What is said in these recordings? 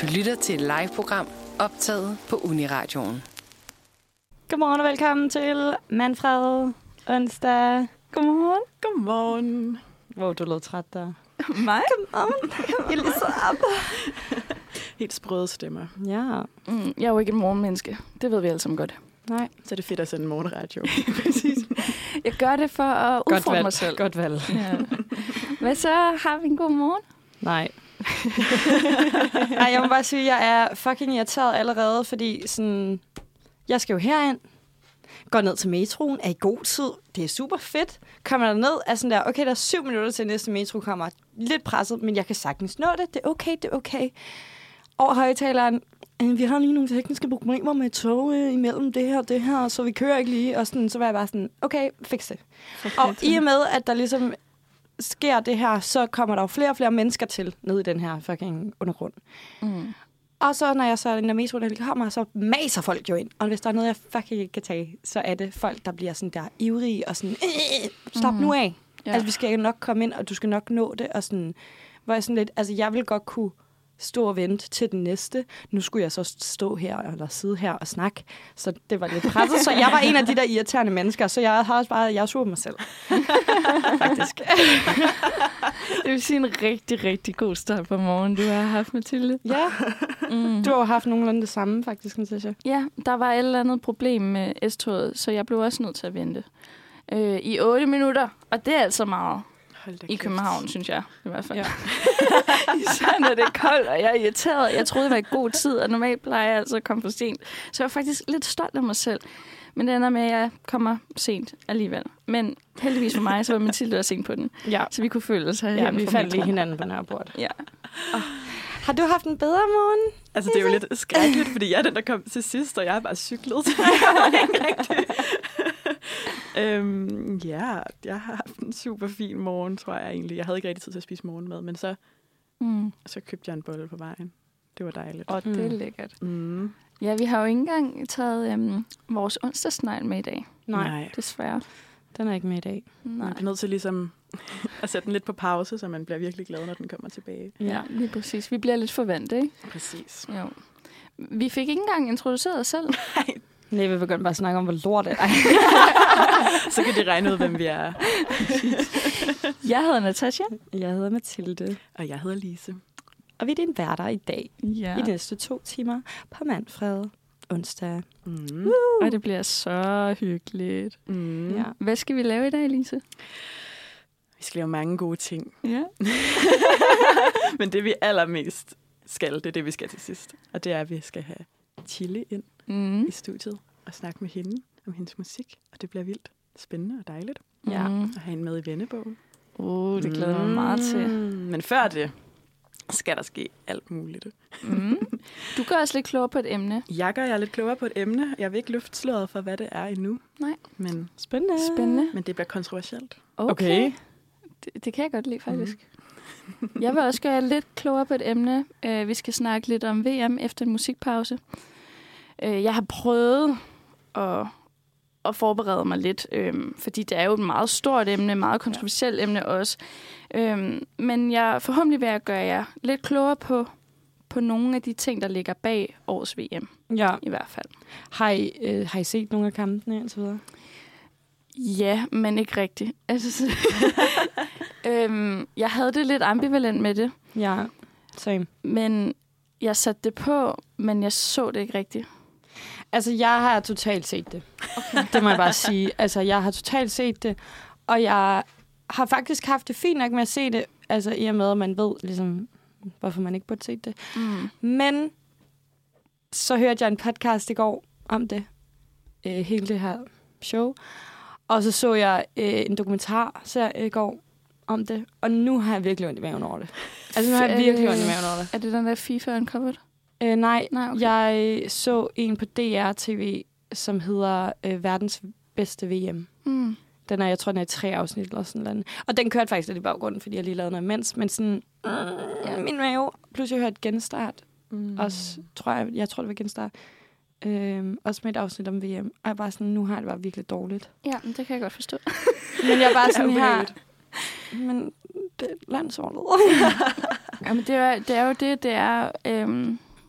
Du lytter til et live-program optaget på Uniradioen. Godmorgen og velkommen til Manfred onsdag. Godmorgen. Godmorgen. Hvor du lød træt der. Mig? Godmorgen. Jeg er lige så op. Helt sprøde stemmer. Ja. Jeg er jo ikke et morgenmenneske. Det ved vi alle sammen godt. Nej. Så er det fedt at sende morgenradio. Præcis. Jeg gør det for at udfordre mig selv. Godt valg. Ja. Hvad så? Har vi en god morgen? Nej. Ej, jeg må bare sige, at jeg er fucking irriteret allerede, fordi sådan, jeg skal jo herind, går ned til metroen, er i god tid, det er super fedt, kommer der ned, er sådan der, okay, der er 7 minutter til næste metro kommer, lidt presset, men jeg kan sagtens nå det, det er okay. Over højtaleren, vi har lige nogle tekniske problemer med tog imellem det her, så vi kører ikke lige, og sådan, så var jeg bare sådan, okay, fix det. Og i og med, at der ligesom sker det her, så kommer der jo flere og flere mennesker til ned i den her fucking undergrund. Mm. Og så, når jeg så når metroen kommer, så maser folk jo ind. Og hvis der er noget, jeg fucking ikke kan tage, så er det folk, der bliver sådan der ivrige og sådan, stop nu af. Ja. Altså, vi skal nok komme ind, og du skal nok nå det. Og sådan, hvor jeg sådan lidt, altså, jeg vil godt kunne stå og vente til den næste. Nu skulle jeg så stå her, eller sidde her og snakke. Så det var lidt presset. Så jeg var en af de der irriterende mennesker, så jeg har også bare, jeg sur mig selv. Faktisk. Det vil sige en rigtig, rigtig god start på morgen, du har haft, Mathilde. Ja. Du har jo haft nogenlunde det samme, faktisk, synes jeg. Ja, der var et eller andet problem med S-toget, så jeg blev også nødt til at vente. I 8 minutter, og det er altså meget. I København, synes jeg, i hvert fald. Ja. Især når det er koldt, og jeg er irriteret. Jeg troede, det var i god tid, og normalt plejer jeg altså at komme for sent. Så jeg var faktisk lidt stolt af mig selv. Men det ender med, at jeg kommer sent alligevel. Men heldigvis for mig, så var Mathilde også sent på den. Ja. Så vi kunne føle os her. Ja, vi fandt lige hinanden på Nørrebort. Ja. Har du haft en bedre morgen? Altså, det er jo lidt skrækkeligt, fordi jeg er den, der kom til sidst, og jeg har bare cyklet. Ja, jeg har haft en super fin morgen, tror jeg egentlig. Jeg havde ikke rigtig tid til at spise morgenmad, men så købte jeg en bolle på vejen. Det var dejligt. Og det er lækkert. Mm. Ja, vi har jo ikke engang taget vores onsdagsnegl med i dag. Nej. Desværre. Den er ikke med i dag. Nej. Man er nødt til ligesom at sætte den lidt på pause, så man bliver virkelig glad, når den kommer tilbage. Ja, lige præcis. Vi bliver lidt forvente, ikke? Præcis. Jo. Vi fik ikke engang introduceret os selv. Nej, vi vil godt bare snakke om, hvor lort det er. Så kan de regne ud, hvem vi er. Jeg hedder Natasha. Jeg hedder Mathilde. Og jeg hedder Lise. Og vi er dine værter i dag. Ja. I de næste 2 timer på Manfred onsdag. Mm. Og det bliver så hyggeligt. Mm. Ja. Hvad skal vi lave i dag, Lise? Vi skal lave mange gode ting. Ja. Men det vi allermest skal, det er det, vi skal til sidst. Og det er, at vi skal have Chille ind i studiet og snakke med hende om hendes musik. Og det bliver vildt spændende og dejligt. Ja. At have hende med i vennebogen. Det glæder mig meget til. Men før det skal der ske alt muligt. Du gør også lidt klogere på et emne. Jeg gør lidt klogere på et emne. Jeg vil ikke løfte sløret for, hvad det er endnu. Nej. Men Spændende. Men det bliver kontroversielt. Okay. Det kan jeg godt lide, faktisk. Jeg vil også gøre lidt klogere på et emne. Vi skal snakke lidt om VM efter en musikpause. Jeg har prøvet at forberede mig lidt, fordi det er jo et meget stort emne, meget kontroversielt emne også. Men jeg forhåbentlig vil jeg gøre jer lidt klogere på nogle af de ting, der ligger bag årets VM. Ja. I hvert fald. Har I set nogle af kampene og så videre? Ja, men ikke rigtigt. Altså, jeg havde det lidt ambivalent med det. Ja, same. Men jeg satte det på, men jeg så det ikke rigtigt. Altså, jeg har totalt set det. Okay. Det må jeg bare sige. Altså, jeg har totalt set det, og jeg har faktisk haft det fint nok med at se det, altså i og med, at man ved, ligesom, hvorfor man ikke burde se det. Men så hørte jeg en podcast i går om det, hele det her show, og så jeg en dokumentarserie i går om det, og nu har jeg virkelig ondt i maven over det. Altså, nu har jeg virkelig ondt i maven over det. Er det den der FIFA Uncovered? Nej, okay. Jeg så en på DR-TV, som hedder Verdens bedste VM. Jeg tror, den er i 3 afsnit eller sådan noget. Og den kørte faktisk lidt i baggrunden, fordi jeg lige lavede noget imens. Men sådan, min mave, pludselig hørte genstart. Også, jeg tror, det var genstart. Også med et afsnit om VM. Og jeg bare sådan, nu har det bare virkelig dårligt. Ja, det kan jeg godt forstå. Men jeg er bare sådan her... Men det er landsholdet. Jamen, det er jo det, det er...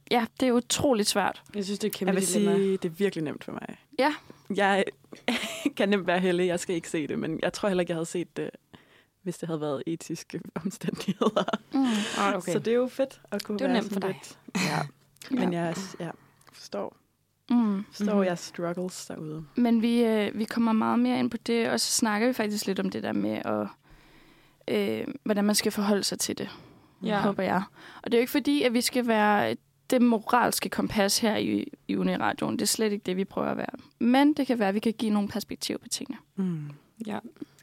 ja, det er utroligt svært. Jeg synes, det er kæmpe Jeg vil dilemma. sige, det er virkelig nemt for mig. Ja. Jeg kan nemt være heldig, jeg skal ikke se det, men jeg tror heller ikke, jeg havde set det, hvis det havde været etiske omstændigheder. Okay. Så det er jo fedt at kunne Det er jo være nemt for sådan dig. lidt. Ja. Men jeg forstår jeres struggles derude. Men vi kommer meget mere ind på det, og så snakker vi faktisk lidt om det der med, hvordan man skal forholde sig til det, håber jeg. Og det er jo ikke fordi, at vi skal være det moralske kompas her i Uniradioen. Det er slet ikke det, vi prøver at være. Men det kan være, at vi kan give nogle perspektiver på tingene. Ja.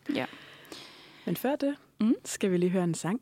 Men før det, skal vi lige høre en sang.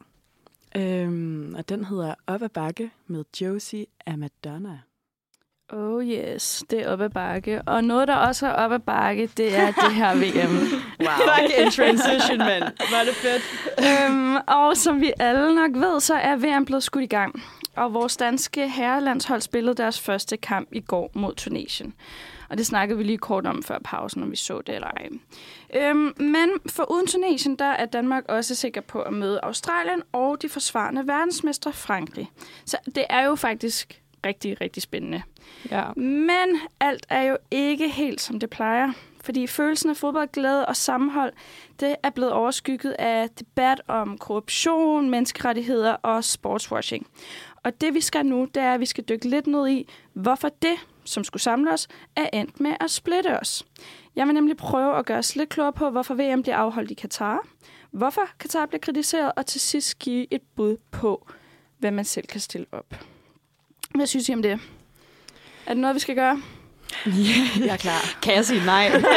Og den hedder Op ad bakke med Josie af Madonna. Oh yes, det er op ad bakke. Og noget, der også er op ad bakke, det er det her VM. Wow. Fuck en transition, mand. Var det fedt. Og som vi alle nok ved, så er VM blevet skudt i gang. Og vores danske herrelandshold spillede deres første kamp i går mod Tunesien. Og det snakkede vi lige kort om før pausen, om vi så det eller ej. Men for uden Tunesien, der er Danmark også sikker på at møde Australien og de forsvarende verdensmestre Frankrig. Så det er jo faktisk rigtig, rigtig spændende. Ja. Men alt er jo ikke helt, som det plejer. Fordi følelsen af fodboldglæde og sammenhold, det er blevet overskygget af debat om korruption, menneskerettigheder og sportswashing. Og det vi skal nu, det er, at vi skal dykke lidt ned i, hvorfor det, som skulle samle os, er endt med at splitte os. Jeg vil nemlig prøve at gøre os lidt klogere på, hvorfor VM bliver afholdt i Katar, hvorfor Katar bliver kritiseret, og til sidst give et bud på, hvad man selv kan stille op. Hvad synes I om det? Er det noget, vi skal gøre? Jeg er klar. Kan jeg sige nej?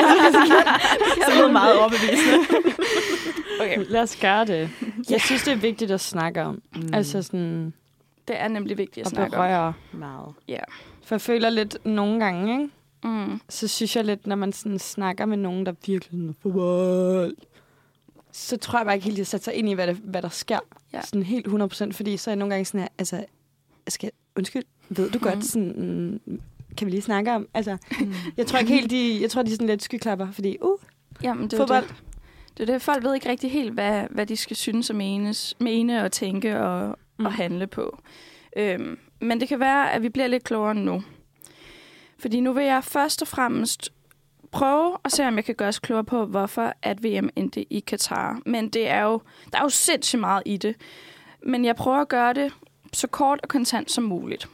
Jeg er meget overbevisende. Okay, lad os gøre det. Jeg synes, det er vigtigt at snakke om. Altså sådan... Det er nemlig vigtigt at og snakke om. berøre. Meget. Ja. For jeg føler lidt nogle gange, ikke? Så synes jeg lidt, når man sådan snakker med nogen, der virkelig er fodbold, så tror jeg bare ikke helt, at jeg sætter sig ind i, hvad der sker. Ja. Sådan helt 100%, fordi så er jeg nogle gange sådan her, altså, undskyld, ved du godt, sådan, kan vi lige snakke om? Altså, jeg tror ikke helt, jeg tror, de er sådan lidt skyklapper, fordi, Jamen, det fodbold. Det er det. Folk ved ikke rigtig helt, hvad de skal synes og mene og tænke og handle på. Men det kan være, at vi bliver lidt klogere nu. Fordi nu vil jeg først og fremmest prøve at se, om jeg kan gøre os klogere på, hvorfor at VM endte i Katar. Men der er jo sindssygt meget i det. Men jeg prøver at gøre det så kort og kontant som muligt.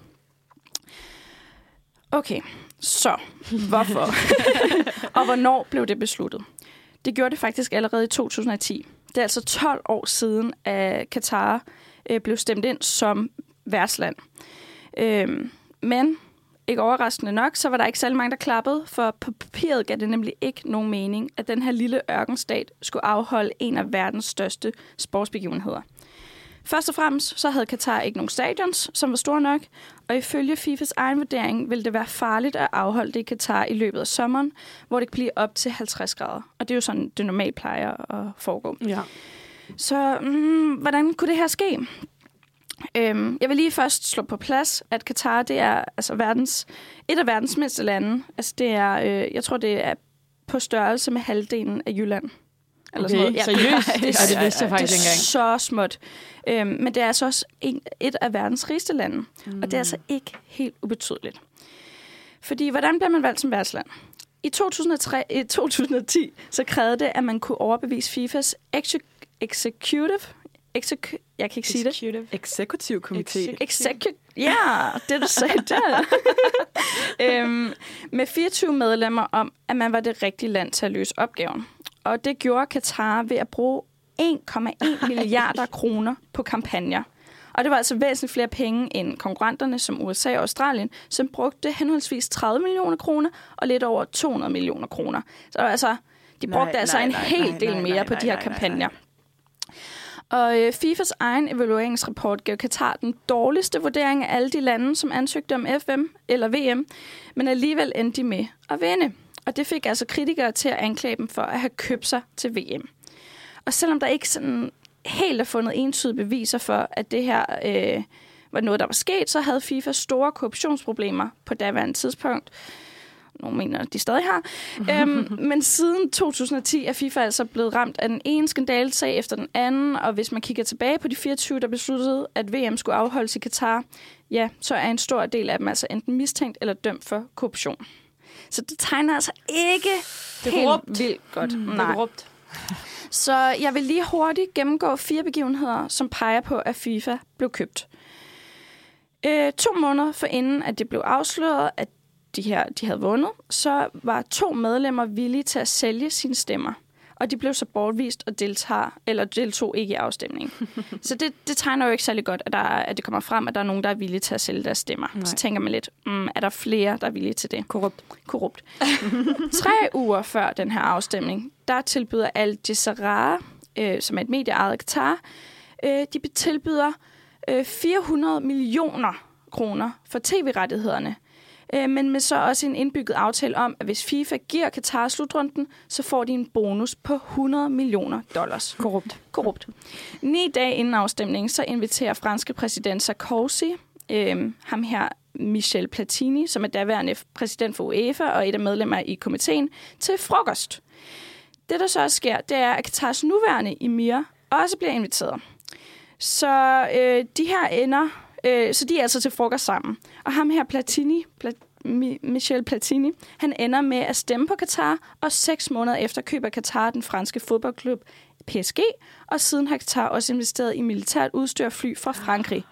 Okay, så hvorfor? Og hvornår blev det besluttet? Det gjorde det faktisk allerede i 2010. Det er altså 12 år siden, at Katar blev stemt ind som værtsland. Men ikke overraskende nok, så var der ikke særlig mange, der klappede, for på papiret gav det nemlig ikke nogen mening, at den her lille ørkenstat skulle afholde en af verdens største sportsbegivenheder. Først og fremmest så havde Katar ikke nogen stadions, som var store nok, og ifølge FIFAs egen vurdering ville det være farligt at afholde det i Katar i løbet af sommeren, hvor det kan blive op til 50 grader. Og det er jo sådan, det normalt plejer at foregå. Ja. Så hvordan kunne det her ske? Jeg vil lige først slå på plads, at Katar, det er altså et af verdens mindste lande. Altså det er, jeg tror, det er på størrelse med halvdelen af Jylland. Eller Okay, sådan noget. seriøst? Ja, det vidste jeg faktisk ikke engang. så småt. Men det er altså også et af verdens rigeste lande. Og det er altså ikke helt ubetydeligt. Fordi, hvordan bliver man valgt som værtsland? I 2010 så krævede det, at man kunne overbevise FIFAs jeg kan ikke sige det. Executive Committee. Ja, det du sagde der. Med 24 medlemmer om, at man var det rigtige land til at løse opgaven. Og det gjorde Katar ved at bruge 1,1 milliarder kroner på kampagner. Og det var altså væsentligt flere penge end konkurrenterne som USA og Australien, som brugte henholdsvis 30 millioner kroner og lidt over 200 millioner kroner. Så altså, de brugte en hel del mere på de her kampagner. Og FIFAs egen evalueringsrapport gav Katar den dårligste vurdering af alle de lande, som ansøgte om FM eller VM, men alligevel endte de med at vinde. Og det fik altså kritikere til at anklage dem for at have købt sig til VM. Og selvom der ikke sådan helt er fundet entydige beviser for, at det her var noget, der var sket, så havde FIFA store korruptionsproblemer på daværende tidspunkt. Nogle mener, de stadig har. Men siden 2010 er FIFA altså blevet ramt af den ene skandalesag efter den anden, og hvis man kigger tilbage på de 24, der besluttede, at VM skulle afholdes i Katar, ja, så er en stor del af dem altså enten mistænkt eller dømt for korruption. Så det tegner altså ikke helt vildt godt. Det er korrupt. Så jeg vil lige hurtigt gennemgå 4 begivenheder, som peger på, at FIFA blev købt. 2 måneder forinden, at det blev afsløret, at de havde vundet, så var 2 medlemmer villige til at sælge sine stemmer. Og de blev så bortvist og deltog ikke i afstemningen. Så det tegner jo ikke særlig godt, at det kommer frem, at der er nogen, der er villige til at sælge deres stemmer. Nej. Så tænker man lidt, er der flere, der er villige til det? Korrupt. 3 uger før den her afstemning, der tilbyder Al Jazeera, som er et medieejet Qatar, de tilbyder 400 millioner kroner for tv-rettighederne. Men med så også en indbygget aftale om, at hvis FIFA giver Qatar slutrunden, så får de en bonus på $100 millioner. Korrupt. 9 dage inden afstemningen, så inviterer franske præsident Sarkozy, ham her Michel Platini, som er daværende præsident for UEFA og et af medlemmer i komiteen, til frokost. Det, der så også sker, det er, at Qatars nuværende emir også bliver inviteret. Så de her ender... Så de er altså til frokost sammen. Og ham her Michel Platini, han ender med at stemme på Qatar, og 6 måneder efter køber Qatar den franske fodboldklub PSG, og siden har Qatar også investeret i militært udstyr og fly fra Frankrig.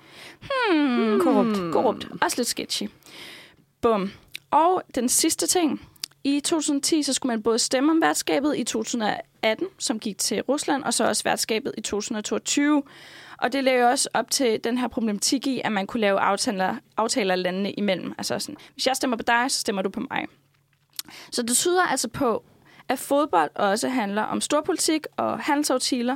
Korrupt. Også lidt sketchy. Bum. Og den sidste ting. I 2010 så skulle man både stemme om værtskabet i 2018, som gik til Rusland, og så også værtskabet i 2022. Og det lavede også op til den her problematik i, at man kunne lave aftaler landene imellem. Altså sådan, hvis jeg stemmer på dig, så stemmer du på mig. Så det tyder altså på, at fodbold også handler om storpolitik og handelsaftaler.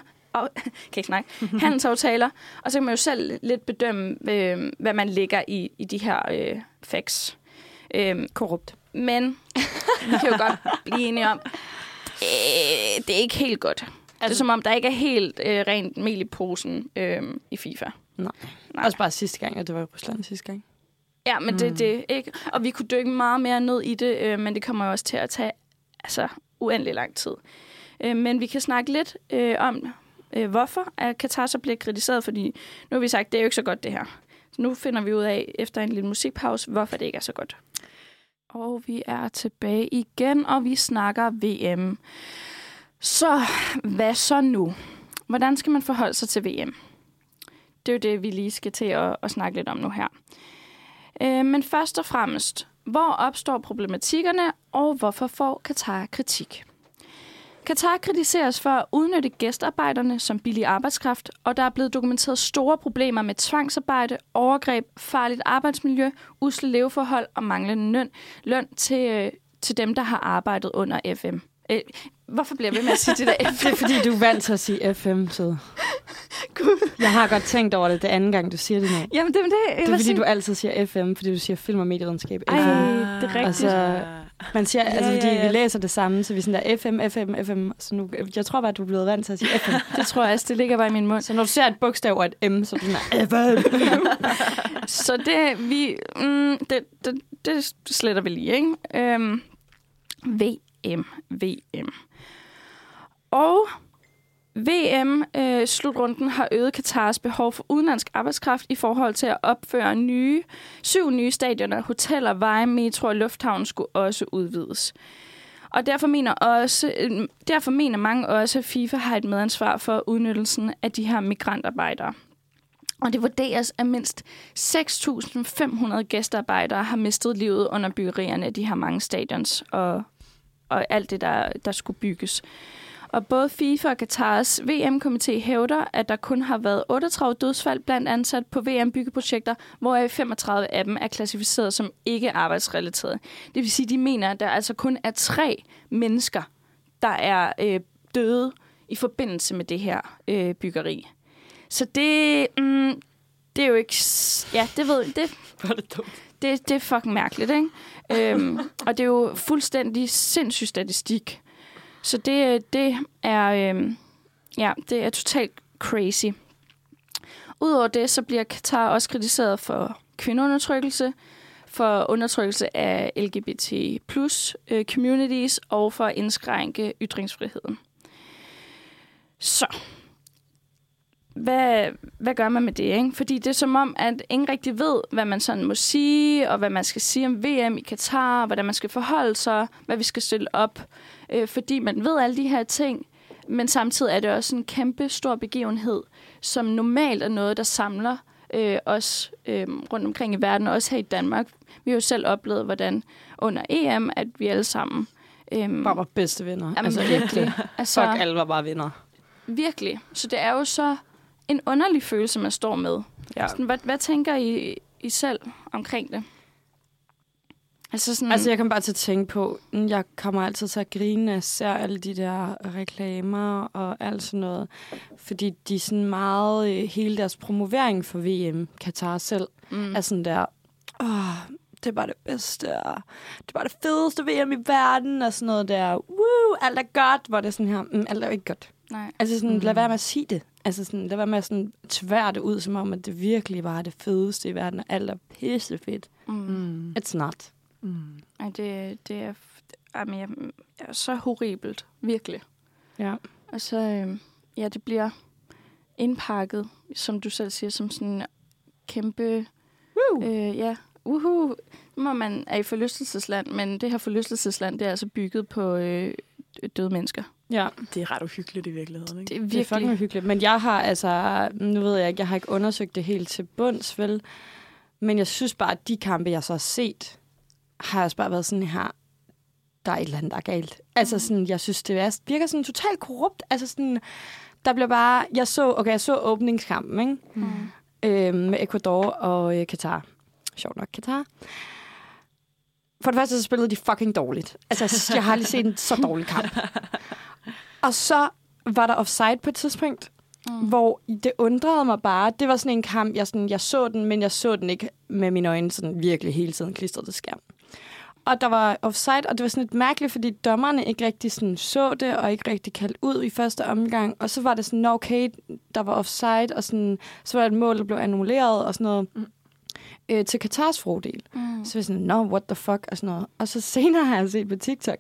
Handelsaftaler. Og så kan man jo selv lidt bedømme, hvad man lægger i de her facts. Korrupt. Men vi kan jo godt blive enige om, det er ikke helt godt. Det er som om, der ikke er helt rent mel i posen i FIFA. Nej. Også bare sidste gang, og det var i Rusland sidste gang. Ja, men det ikke. Og vi kunne dykke meget mere ned i det, men det kommer jo også til at tage uendelig lang tid. Men vi kan snakke lidt om, hvorfor at Qatar så bliver kritiseret, fordi nu har vi sagt, det er jo ikke så godt det her. Så nu finder vi ud af, efter en lille musikpause, hvorfor det ikke er så godt. Og vi er tilbage igen, og vi snakker VM. Så hvad så nu? Hvordan skal man forholde sig til VM? Det er jo det, vi lige skal til at snakke lidt om nu her. Men først og fremmest, hvor opstår problematikkerne, og hvorfor får Qatar kritik? Qatar kritiseres for at udnytte gæstearbejderne som billig arbejdskraft, og der er blevet dokumenteret store problemer med tvangsarbejde, overgreb, farligt arbejdsmiljø, usle leveforhold og manglende løn til dem, der har arbejdet under FM. Hvorfor bliver jeg ved med at sige det der FM? Det er fordi, du er vant til at sige FM, så... Jeg har godt tænkt over det anden gang, du siger det nu. Jamen, det er fordi, du altid siger FM, fordi du siger film- og medievidenskab. Ej, det er rigtigt. Altså, man siger, fordi vi læser det samme, så vi sådan der FM. Så nu, jeg tror bare, at du er blevet vant til at sige FM. Det tror jeg også, det ligger bare i min mund. Så når du ser et bogstav og et M, så er du sådan FM. Så det sletter vi lige, ikke? VM. Og VM-slutrunden har øget Qatars behov for udenlandsk arbejdskraft i forhold til at opføre 7 nye stadioner, hoteller, veje, metro og lufthavn skulle også udvides. Og derfor mener mange også, at FIFA har et medansvar for udnyttelsen af de her migrantarbejdere. Og det vurderes, at mindst 6.500 gæstearbejdere har mistet livet under byggerierne af de her mange stadions og alt det, der skulle bygges. Og både FIFA og Qatars VM-komité hævder, at der kun har været 38 dødsfald blandt ansat på VM-byggeprojekter, hvoraf 35 af dem er klassificeret som ikke arbejdsrelaterede. Det vil sige, at de mener, at der altså kun er 3 mennesker, der er døde i forbindelse med det her byggeri. Så det er jo ikke... Ja, det ved jeg. Det er fucking mærkeligt, ikke? Og det er jo fuldstændig sindssyg statistik. Så det er totalt crazy. Udover det, så bliver Qatar også kritiseret for kvindeundertrykkelse, for undertrykkelse af LGBT plus communities og for at indskrænke ytringsfriheden. Så, hvad gør man med det, ikke? Fordi det er som om, at ingen rigtig ved, hvad man sådan må sige, og hvad man skal sige om VM i Katar, hvordan man skal forholde sig, hvad vi skal stille op, fordi man ved alle de her ting, men samtidig er det også en kæmpe stor begivenhed, som normalt er noget, der samler os rundt omkring i verden, og også her i Danmark. Vi har jo selv oplevet, hvordan under EM, at vi alle sammen... bare var bedste venner. Jamen, altså virkelig. Altså, fuck, alle var bare venner. Virkelig. Så det er jo så en underlig følelse, man står med. Ja. Sådan, hvad tænker I selv omkring det? Altså, jeg kan bare til at tænke på, jeg kommer altid til at grine, når jeg ser alle de der reklamer og alt sådan noget. Fordi de er sådan meget, hele deres promovering for VM, Katar selv, er sådan der, det er bare det bedste, det er bare det fedeste VM i verden, og sådan noget der, alt er godt, hvor det er sådan her, alt er jo ikke godt. Nej. Altså sådan, lad være med at sige det. Altså sådan, lad være med at sådan tvære det ud, som om, at det virkelig var det fedeste i verden, og alt er pissefedt. It's not. Ej, det er... Jamen, jeg er så horribelt. Virkelig. Ja. Og så, det bliver indpakket, som du selv siger, som sådan en kæmpe... Når man er i forlystelsesland, men det her forlystelsesland, det er altså bygget på døde mennesker. Ja. Det er ret uhyggeligt i virkeligheden, ikke? Det er virkelig. Det er fucking uhyggeligt. Men jeg har altså... Nu ved jeg ikke, jeg har ikke undersøgt det helt til bunds, vel? Men jeg synes bare, at de kampe, jeg så har set, har også bare været sådan her, der er et eller andet, der er galt. Altså sådan, jeg synes, det virker sådan totalt korrupt. Altså sådan, der bliver bare... Jeg så åbningskampen, ikke? Med Ecuador og Katar. Sjovt nok, Katar. For det første, så spillede de fucking dårligt. Altså, jeg har aldrig set en så dårlig kamp. Og så var der offside på et tidspunkt, hvor det undrede mig bare. Det var sådan en kamp, jeg så den, men jeg så den ikke med mine øjne sådan virkelig hele tiden klistret til skærmen. Og der var offside, og det var sådan lidt mærkeligt, fordi dommerne ikke rigtig sådan så det, og ikke rigtig kaldt ud i første omgang. Og så var det sådan, okay, der var offside, og sådan, så var det et mål, der blev annulleret, og sådan noget. Til Katars fordel. Så var jeg sådan, what the fuck, og sådan noget. Og så senere har jeg set på TikTok,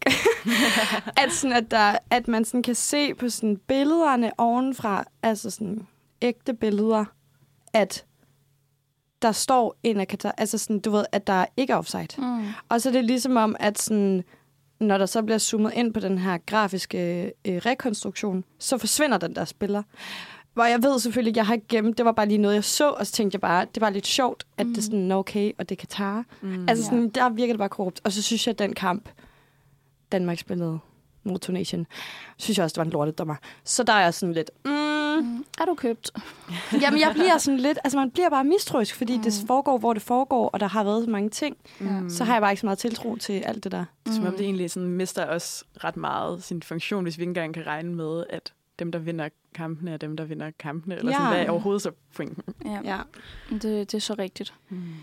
at man sådan kan se på sådan billederne ovenfra, altså sådan ægte billeder, at der står en af Katar, altså sådan, du ved, at der ikke er offside. Og så er det ligesom om, at sådan, når der så bliver zoomet ind på den her grafiske rekonstruktion, så forsvinder den der spiller. Hvor jeg ved selvfølgelig, jeg har ikke gemt, det var bare lige noget, jeg så, og så tænkte jeg bare, det var lidt sjovt, at det er sådan okay, og det er Katar. Altså sådan, der virker det bare korrupt. Og så synes jeg, at den kamp, Danmark spillede mod Tunesien, synes jeg også, det var en lortedommer. Så der er jeg sådan lidt, er du købt? Jamen, jeg bliver sådan lidt, altså man bliver bare mistroisk, fordi det foregår, hvor det foregår, og der har været så mange ting. Så har jeg bare ikke så meget tiltro til alt det der. Det er som om det egentlig sådan mister også ret meget sin funktion, hvis vi ikke engang kan regne med, at dem, der vinder kampene, er dem, der vinder kampene. Eller sådan, hvad er overhovedet så pointen? Ja. Det er så rigtigt.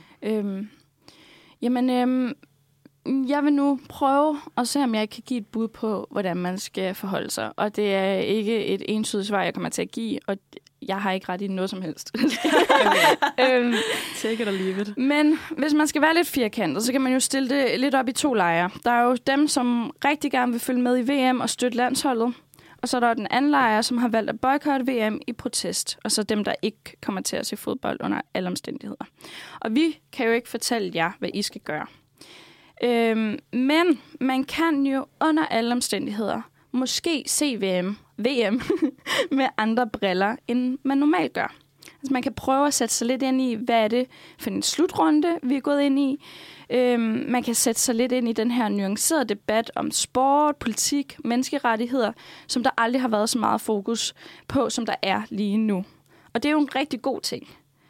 Jeg vil nu prøve at se, om jeg kan give et bud på, hvordan man skal forholde sig. Og det er ikke et entydigt svar, jeg kommer til at give, og jeg har ikke ret i noget som helst. Take it or leave it. Men hvis man skal være lidt firkantet, så kan man jo stille det lidt op i to lejre. Der er jo dem, som rigtig gerne vil følge med i VM og støtte landsholdet. Og så er der den anden lejr, som har valgt at boykotte VM i protest. Og så dem, der ikke kommer til at se fodbold under alle omstændigheder. Og vi kan jo ikke fortælle jer, hvad I skal gøre. Men man kan jo under alle omstændigheder måske se VM med andre briller, end man normalt gør. Altså man kan prøve at sætte sig lidt ind i, hvad er det for en slutrunde, vi er gået ind i. Man kan sætte sig lidt ind i den her nuancerede debat om sport, politik, menneskerettigheder, som der aldrig har været så meget fokus på, som der er lige nu. Og det er jo en rigtig god ting.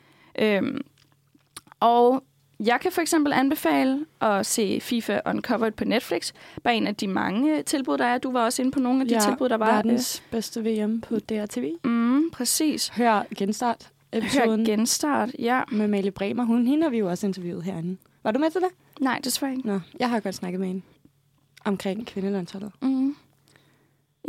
Og jeg kan for eksempel anbefale at se FIFA Uncovered på Netflix. Bare en af de mange tilbud, der er. Du var også inde på nogle af de tilbud, der var. Verdens bedste VM på DRTV. Præcis. Hør Genstart-episoden. Hør Genstart, ja. Med Malie Bremer. Hende har vi jo også interviewet herinde. Var du med til det? Nej, desværre ikke. Nå, jeg har godt snakket med hende omkring kvindelandsholdet.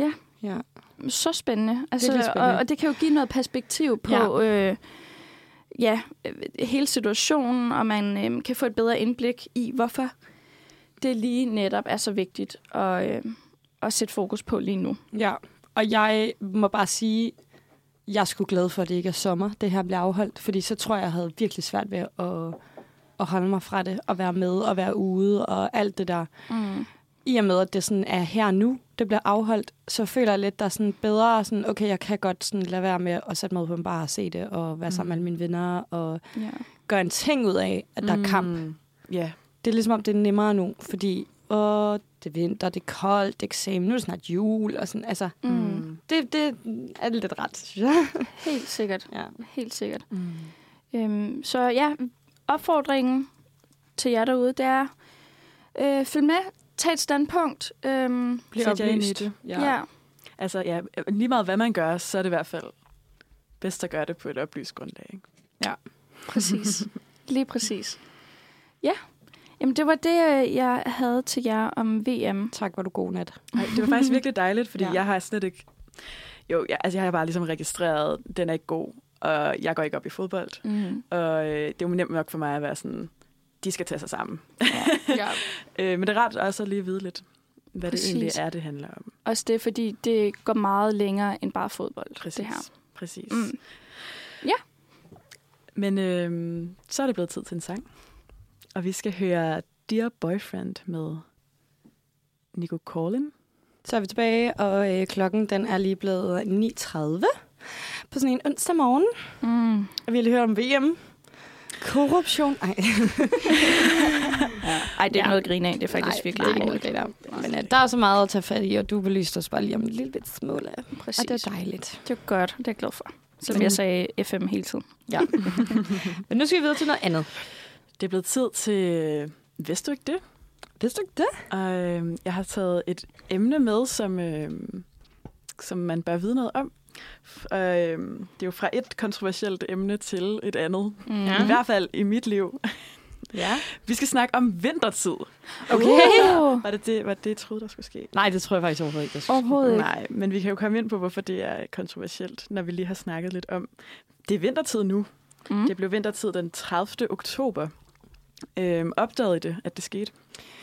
Ja. Så spændende. Altså, spændende. Og det kan jo give noget perspektiv på hele situationen, og man kan få et bedre indblik i, hvorfor det lige netop er så vigtigt at sætte fokus på lige nu. Ja, og jeg må bare sige, jeg er sgu glad for, at det ikke er sommer, det her bliver afholdt, fordi så tror jeg havde virkelig svært ved at holde mig fra det, og være med, og være ude, og alt det der. I og med, at det sådan er her nu, det bliver afholdt, så føler jeg lidt, der er sådan bedre, sådan, okay, jeg kan godt sådan lade være med at sætte mig ud på en bar og se det, og være sammen med alle mine venner, og gøre en ting ud af, at der er kamp. Yeah. Det er ligesom om, det er nemmere nu, fordi det er vinter, det er koldt, det er eksamen, nu er det snart jul, og sådan, altså, det er lidt ret, synes jeg. Helt sikkert. Ja. Helt sikkert. Så ja, opfordringen til jer derude, det er, følg med, tag et standpunkt. Bliv oplyst. I det. Ja. Altså, ja, lige meget hvad man gør, så er det i hvert fald bedst at gøre det på et oplyst grundlag. Ikke? Ja, præcis. Lige præcis. Ja. Jamen, det var det, jeg havde til jer om VM. Tak, var du god, Nat. Ej, det var faktisk virkelig dejligt, fordi jeg har slet ikke... jeg har bare ligesom registreret, den er ikke god, og jeg går ikke op i fodbold. Og det er jo nemt nok for mig at være sådan, de skal tage sig sammen. Men det er ret også at lige vide lidt, hvad det egentlig er, det handler om. Også det, fordi det går meget længere end bare fodbold, præcis, det her. Præcis. Ja. Men så er det blevet tid til en sang. Og vi skal høre Dear Boyfriend med Nico Corlin. Så er vi tilbage, og klokken den er lige blevet 9:30 på sådan en onsdag morgen. Og vi har lige hørt om VM. Korruption. Ej, det er noget at grine af. Det er faktisk virkelig ikke noget at grine af. Men der er så meget at tage fat i, og du belyste os bare lige om en lille bit smule. Præcis. Og det er dejligt. Det er godt. Det er jeg glad for. Som jeg sagde FM hele tiden. Ja. Men nu skal vi videre til noget andet. Det er blevet tid til... Vidste du ikke det? Vidste du ikke det? Og jeg har taget et emne med, som man bør vide noget om. Det er jo fra et kontroversielt emne til et andet. I hvert fald i mit liv. Ja. Vi skal snakke om vintertid. Okay. Var det, jeg troede, der skulle ske? Nej, det tror jeg faktisk overhovedet ikke. Overhovedet ikke. Nej, men vi kan jo komme ind på, hvorfor det er kontroversielt, når vi lige har snakket lidt om. Det er vintertid nu. Det blev vintertid den 30. oktober. Opdagede I det, at det skete?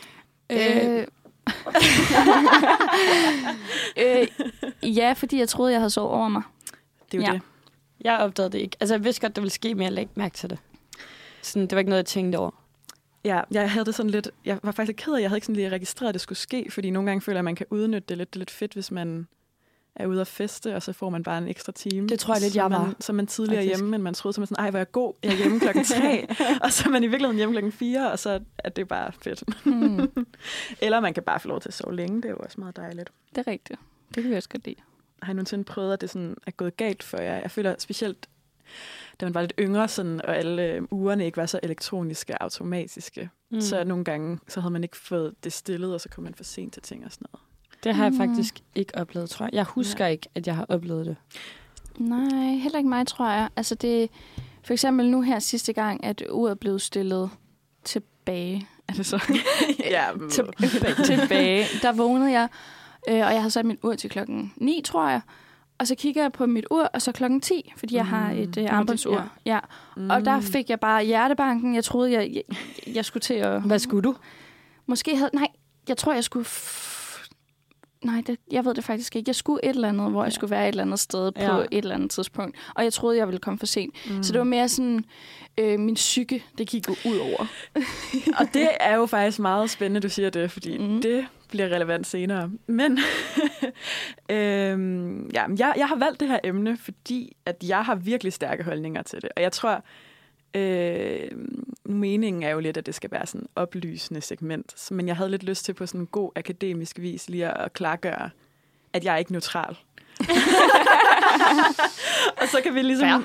Ja, fordi jeg troede, jeg havde sovet over mig. Det er jo det. Jeg opdagede det ikke. Altså, jeg vidste godt, det ville ske, men jeg lagde ikke mærke til det. Sådan, det var ikke noget, jeg tænkte over. Ja, jeg havde det sådan lidt... Jeg var faktisk ked af, at jeg havde ikke sådan lige registreret, at det skulle ske, fordi nogle gange føler jeg, at man kan udnytte det lidt. Det er lidt fedt, hvis man er ude at feste, og så får man bare en ekstra time. Det tror jeg lidt, jeg var. Så man tidligere hjemme, men man troede, så man sådan, hvor er jeg god, jeg er hjemme 3, og så er man i virkeligheden hjemme 4, og så er det bare fedt. Eller man kan bare få lov til at sove længe, det er jo også meget dejligt. Det er rigtigt. Det kan vi også godt lide. Har I nogensinde prøvet, at det sådan er gået galt for jer? Jeg føler specielt, da man var lidt yngre, sådan, og alle ugerne ikke var så elektroniske og automatiske, så nogle gange så havde man ikke fået det stillet, og så kom man for sent til ting og sådan noget. Det har jeg faktisk ikke oplevet, tror jeg. Jeg husker ikke, at jeg har oplevet det. Nej, heller ikke mig, tror jeg. Altså det for eksempel nu her sidste gang, at uret blev stillet tilbage. Er det så? Ja, tilbage. Der vågnede jeg, og jeg havde sat mit ur til 9, tror jeg. Og så kigger jeg på mit ur, og så 10, fordi jeg har et armbåndsur. Ja. Og der fik jeg bare hjertebanken. Jeg troede, jeg skulle til at... Hvad skulle du? Måske havde... Nej, jeg tror, jeg skulle... Nej, jeg ved det faktisk ikke. Jeg skulle et eller andet, hvor jeg skulle være et eller andet sted på et eller andet tidspunkt. Og jeg troede, jeg ville komme for sent. Så det var mere sådan, min psyke, det gik ud over. Og det er jo faktisk meget spændende, du siger det, fordi det bliver relevant senere. Men jeg har valgt det her emne, fordi at jeg har virkelig stærke holdninger til det. Og jeg tror, meningen er jo lidt, at det skal være sådan oplysende segment. Men jeg havde lidt lyst til på sådan en god akademisk vis lige at klargøre, at jeg er ikke neutral. Og så kan vi ligesom...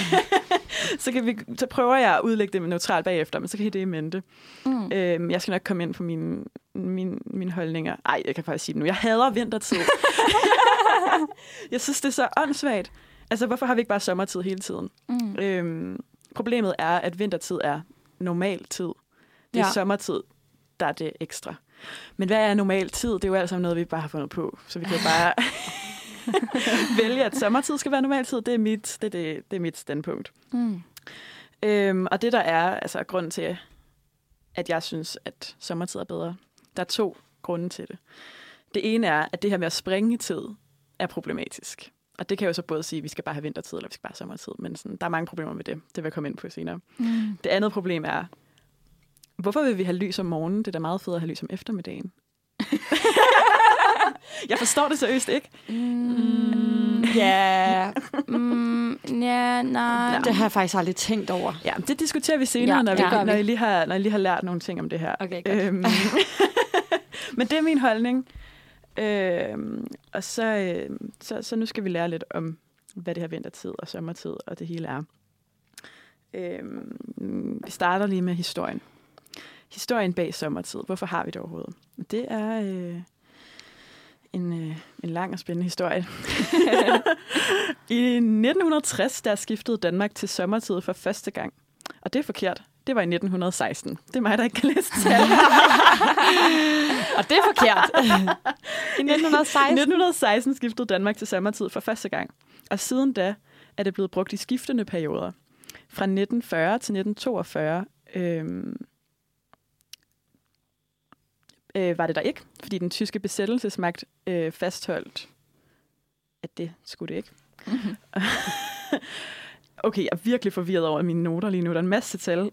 så prøver jeg at udlægge det med neutral bagefter, men så kan I det i mente. Jeg skal nok komme ind på mine holdninger. Ej, jeg kan faktisk sige det nu. Jeg hader vintertid. Jeg synes, det er så åndssvagt. Altså, hvorfor har vi ikke bare sommertid hele tiden? Problemet er, at vintertid er normal tid. Det er sommertid, der er det ekstra. Men hvad er normal tid? Det er jo alt sammen noget, vi bare har fundet på. Så vi kan bare vælge, at sommertid skal være normal tid. Det er mit standpunkt. Og det der er, altså grunden til, at jeg synes, at sommertid er bedre, der er 2 grunde til det. Det ene er, at det her med at springe i tid er problematisk. Og det kan jo så både sige, at vi skal bare have vintertid, eller vi skal bare have sommertid. Men sådan, der er mange problemer med det. Det vil jeg komme ind på senere. Det andet problem er, hvorfor vil vi have lys om morgenen? Det er da meget fedt at have lys om eftermiddagen. Jeg forstår det seriøst ikke. Ja. Nej. Det har jeg faktisk aldrig tænkt over. Ja, det diskuterer vi senere, når I lige har lært nogle ting om det her. Okay, godt. Men det er min holdning. Og så nu skal vi lære lidt om, hvad det her vintertid og sommertid og det hele er. Vi starter lige med historien. Historien bag sommertid. Hvorfor har vi det overhovedet? Det er en lang og spændende historie. I 1960 der skiftede Danmark til sommertid for første gang. Og det er forkert. Det var i 1916. Det er mig, der ikke kan læse tal. Og det er forkert. I 1916 skiftede Danmark til sommertid for første gang. Og siden da er det blevet brugt i skiftende perioder. Fra 1940 til 1942 var det der ikke, fordi den tyske besættelsesmagt fastholdt, at det skulle det ikke. Mm-hmm. Okay, jeg er virkelig forvirret over mine noter lige nu. Der er en masse tal.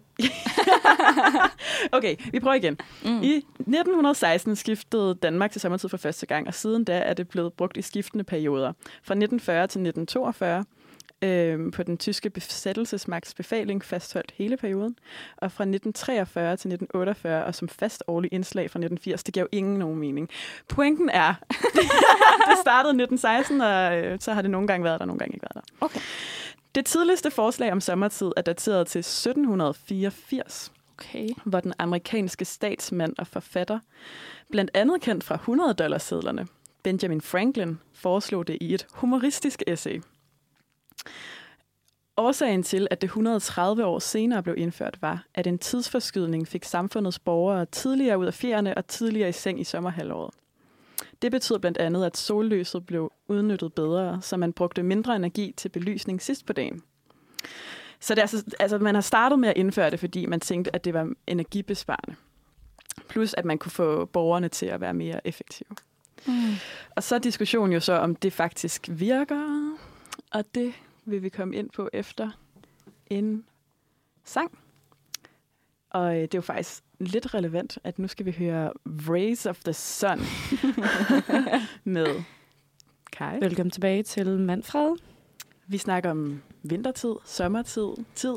Okay, vi prøver igen. I 1916 skiftede Danmark til sommertid for første gang, og siden da er det blevet brugt i skiftende perioder. Fra 1940 til 1942 på den tyske besættelsesmagts befaling fastholdt hele perioden, og fra 1943 til 1948 og som fast årlig indslag fra 1980. Det giver jo nogen mening. Pointen er, det startede i 1916, og så har det nogle gange været der, nogle gange ikke været der. Okay. Det tidligste forslag om sommertid er dateret til 1784, hvor den amerikanske statsmand og forfatter, blandt andet kendt fra $100-sedlerne, Benjamin Franklin, foreslog det i et humoristisk essay. Årsagen til, at det 130 år senere blev indført, var, at en tidsforskydning fik samfundets borgere tidligere ud af fjerne og tidligere i seng i sommerhalvåret. Det betød blandt andet, at sollyset blev udnyttet bedre, så man brugte mindre energi til belysning sidst på dagen. Så det er altså, man har startet med at indføre det, fordi man tænkte, at det var energibesparende. Plus, at man kunne få borgerne til at være mere effektive. Og så er diskussionen jo så, om det faktisk virker, og det vil vi komme ind på efter en sang. Og det er jo faktisk lidt relevant, at nu skal vi høre Rays of the Sun med Kai. Velkommen tilbage til Manfred. Vi snakker om vintertid, sommertid, tid.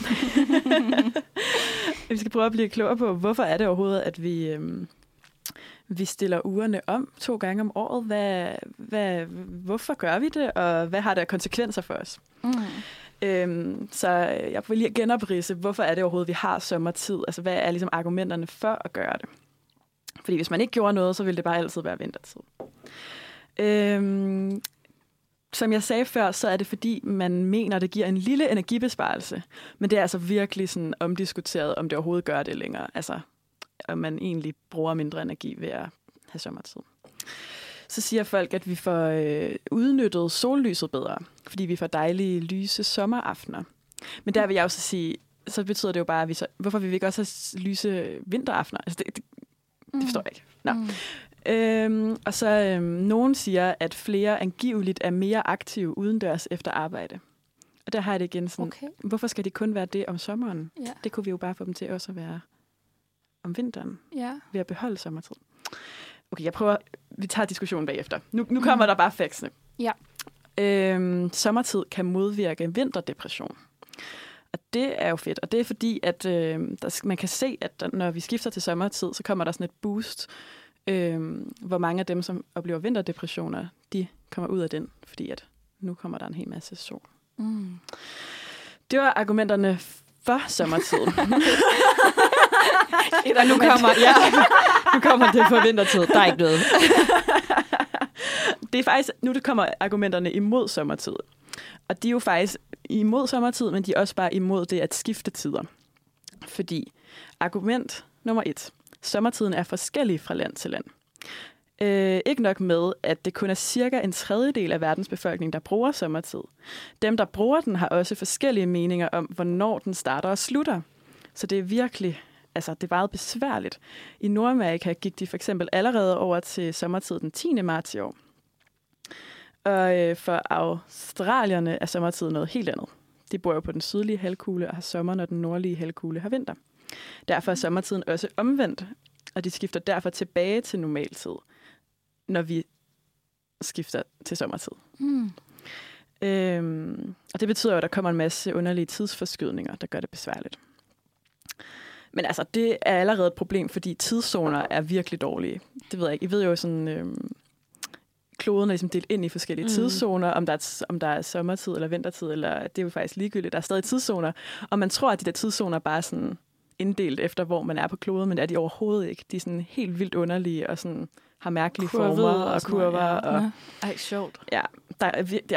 Vi skal prøve at blive klogere på, hvorfor er det overhovedet, at vi stiller ugerne om 2 gange om året. Hvorfor gør vi det, og hvad har det af konsekvenser for os? Så jeg vil lige genopridse, hvorfor er det overhovedet, vi har sommertid? Altså, hvad er ligesom argumenterne for at gøre det? Fordi hvis man ikke gjorde noget, så ville det bare altid være vintertid. Som jeg sagde før, så er det fordi, man mener, det giver en lille energibesparelse. Men det er altså virkelig sådan omdiskuteret, om det overhovedet gør det længere. Altså, om man egentlig bruger mindre energi ved at have sommertid. Så siger folk, at vi får udnyttet sollyset bedre, fordi vi får dejlige, lyse sommeraftener. Men der vil jeg også sige, så betyder det jo bare, at hvorfor vil vi ikke også have lyse vinteraftener? Altså, det forstår jeg ikke. Nå. Og så nogen siger, at flere angiveligt er mere aktive udendørs efter arbejde. Og der har jeg det igen sådan, hvorfor skal de kun være det om sommeren? Ja. Det kunne vi jo bare få dem til også at være om vinteren, ved at beholde sommertid. Okay, vi tager diskussionen bagefter. Nu kommer der bare factsene. Ja. Sommertid kan modvirke vinterdepression. Og det er jo fedt. Og det er fordi, at man kan se, at når vi skifter til sommertid, så kommer der sådan et boost, hvor mange af dem, som oplever vinterdepressioner, de kommer ud af den, fordi at nu kommer der en hel masse sol. Det var argumenterne for sommertid. Og nu kommer det for vintertid. Der er ikke noget. Det er faktisk, nu kommer argumenterne imod sommertid. Og de er jo faktisk imod sommertid, men de er også bare imod det at skifte tider. Fordi argument nummer 1. Sommertiden er forskellig fra land til land. Ikke nok med, at det kun er cirka 1/3 af verdens befolkning, der bruger sommertid. Dem, der bruger den, har også forskellige meninger om, hvornår den starter og slutter. Så det er virkelig, altså det er meget besværligt. I Nordamerika gik de for eksempel allerede over til sommertid den 10. marts i år. Og for australierne er sommertid noget helt andet. De bor jo på den sydlige halvkugle og har sommer, når den nordlige halvkugle har vinter. Derfor er sommertiden også omvendt, og de skifter derfor tilbage til normaltid, når vi skifter til sommertid. Og det betyder jo, at der kommer en masse underlige tidsforskydninger, der gør det besværligt. Men altså, det er allerede et problem, fordi tidszoner er virkelig dårlige. Det ved jeg ikke. I ved jo sådan, kloden er ligesom delt ind i forskellige tidszoner, om der er sommertid eller vintertid, eller det er jo faktisk ligegyldigt. Der er stadig tidszoner, og man tror, at de der tidszoner bare er sådan inddelt efter, hvor man er på kloden, men det er de overhovedet ikke. De er sådan helt vildt underlige og sådan har mærkelige former og kurver. Og, ej, sjovt. Ja, der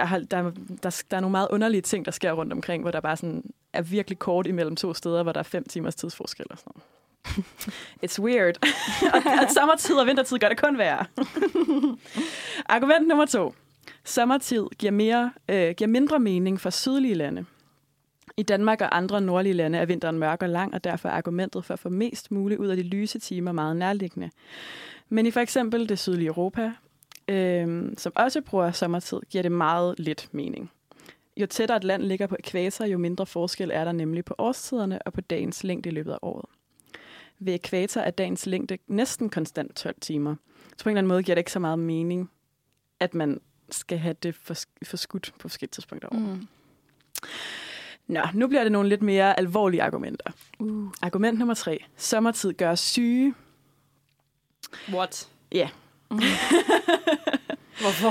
er nogle meget underlige ting, der sker rundt omkring, hvor der bare sådan er virkelig kort imellem 2 steder, hvor der er 5 timers tidsforskel og sådan noget. It's weird. og sommertid og vintertid gør det kun værre. Argument nummer 2. Sommertid giver mindre mening for sydlige lande. I Danmark og andre nordlige lande er vinteren mørk og lang, og derfor er argumentet for at få mest muligt ud af de lyse timer meget nærliggende. Men i for eksempel det sydlige Europa, som også bruger sommertid, giver det meget lidt mening. Jo tættere et land ligger på ækvator, jo mindre forskel er der nemlig på årstiderne og på dagens længde i løbet af året. Ved ækvator er dagens længde næsten konstant 12 timer. Så på en eller anden måde giver det ikke så meget mening, at man skal have det forskudt på forskellige tidspunkter over. Nå, nu bliver det nogle lidt mere alvorlige argumenter. Argument nummer 3. Sommertid gør os syge. What? Ja. Hvorfor?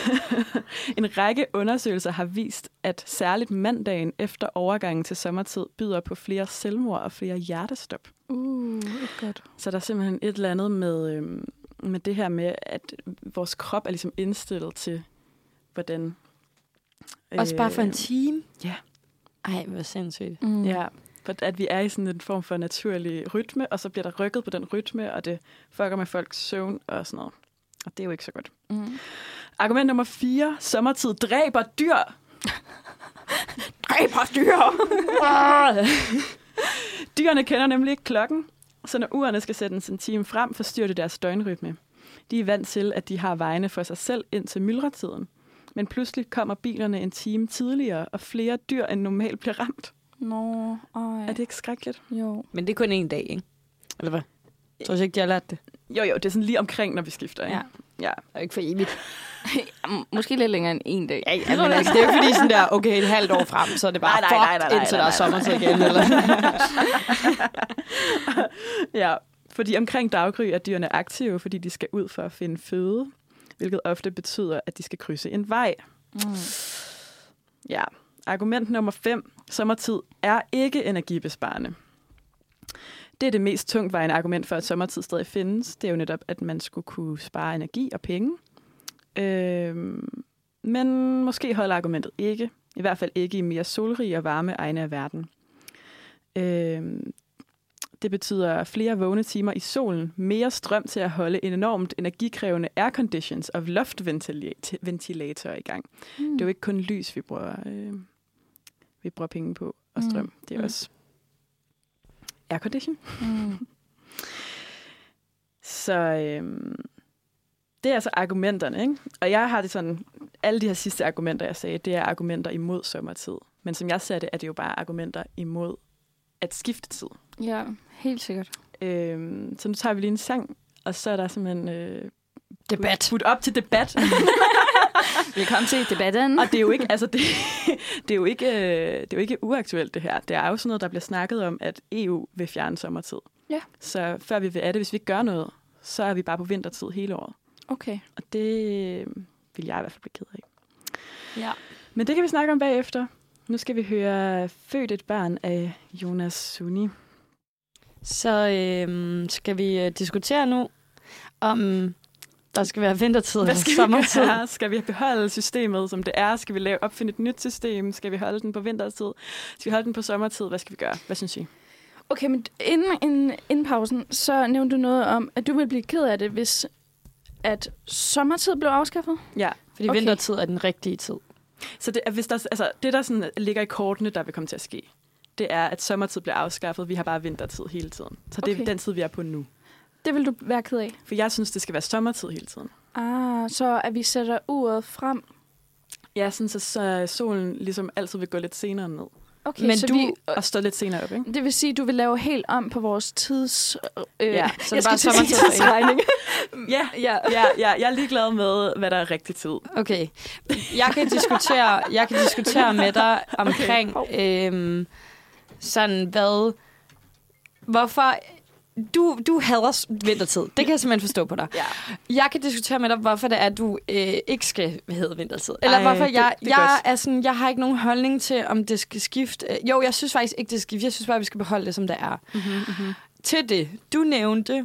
En række undersøgelser har vist, at særligt mandagen efter overgangen til sommertid byder på flere selvmord og flere hjertestop. Godt. Så der er simpelthen et eller andet med det her med, at vores krop er ligesom indstillet til, hvordan... Også bare for en time? Ja. Ej, hvor sindssygt. Ja, for at vi er i sådan en form for naturlig rytme, og så bliver der rykket på den rytme, og det fucker med folks søvn og sådan noget. Og det er jo ikke så godt. Argument nummer 4. Sommertid dræber dyr. Dræber dyr! Dyrene kender nemlig ikke klokken, så når urene skal sættes en time frem, forstyrrer det deres døgnrytme. De er vant til, at de har vejene for sig selv indtil myldretiden. Men pludselig kommer bilerne en time tidligere, og flere dyr end normalt bliver ramt. Nå, Er det ikke skrækkeligt? Jo. Men det er kun 1 dag, ikke? Eller hvad? Jeg tror ikke, de har lært det. Jo, det er sådan lige omkring, når vi skifter, ikke? Ja. Og ikke for evigt. Måske lidt længere end 1 dag. Ja, men altså, det er jo ikke fordi sådan der, okay, et halvt år frem, så er det bare fucked, indtil der er sommertid igen. Eller? Ja, fordi omkring daggry er dyrene aktive, fordi de skal ud for at finde føde, hvilket ofte betyder, at de skal krydse en vej. Ja, argument nummer 5. Sommertid er ikke energibesparende. Det er det mest tungtvejende argument for, at sommertid stadig findes. Det er jo netop, at man skulle kunne spare energi og penge. Men måske holder argumentet ikke. I hvert fald ikke i mere solrige og varme egne af verden. Det betyder flere vågne timer i solen, mere strøm til at holde en enormt energikrævende airconditions og luftventilator i gang. Det er jo ikke kun lys, vi bruger penge på, og strøm. Det er også aircondition. Så det er altså argumenterne, ikke? Og jeg har det sådan, alle de her sidste argumenter, jeg sagde, det er argumenter imod sommertid. Men som jeg ser det, er det jo bare argumenter imod at skifte tid. Ja, helt sikkert. Så nu tager vi lige en sang, og så er der simpelthen debat. Budt op til debat. Velkommen til debatten. Og det er jo ikke, altså det er jo ikke uaktuelt det her. Det er jo sådan noget, der bliver snakket om, at EU vil fjerne sommertid. Ja. Så før vi vil af det, hvis vi ikke gør noget, så er vi bare på vintertid hele året. Okay. Og det vil jeg i hvert fald blive ked af. Ja. Men det kan vi snakke om bagefter. Nu skal vi høre Født et barn af Jonas Suni. Så skal vi diskutere nu, om der skal være vintertid eller sommertid. Skal vi beholde systemet, som det er? Skal vi opfinde et nyt system? Skal vi holde den på vintertid? Skal vi holde den på sommertid? Hvad skal vi gøre? Hvad synes I? Okay, men inden pausen, så nævnte du noget om, at du ville blive ked af det, hvis at sommertid blev afskaffet? Ja. Fordi vintertid er den rigtige tid. Så det er, hvis der, altså, det, der sådan ligger i kortene, der vil komme til at ske, det er, at sommertid bliver afskaffet. Vi har bare vintertid hele tiden. Så det er den tid, vi er på nu. Det vil du være ked af? For jeg synes, det skal være sommertid hele tiden. Så at vi sætter uret frem? Ja, sådan, så solen ligesom altid vil gå lidt senere ned. Okay, men så og stå lidt senere op, ikke? Det vil sige, at du vil lave helt om på vores tids... Ja, så det er bare sommertidsregning. Ja. Jeg er ligeglad med, hvad der er rigtig tid. Okay. Jeg kan diskutere med dig omkring sådan hvad... Hvorfor... Du hader vintertid. Det kan jeg simpelthen forstå på dig. Ja. Jeg kan diskutere med dig, hvorfor det er, at du ikke skal have vintertid. Eller hvorfor jeg er sådan, jeg har ikke nogen holdning til, om det skal skifte. Jo, jeg synes faktisk ikke, det skal skifte. Jeg synes bare, vi skal beholde det, som det er. Mm-hmm. Til det, du nævnte,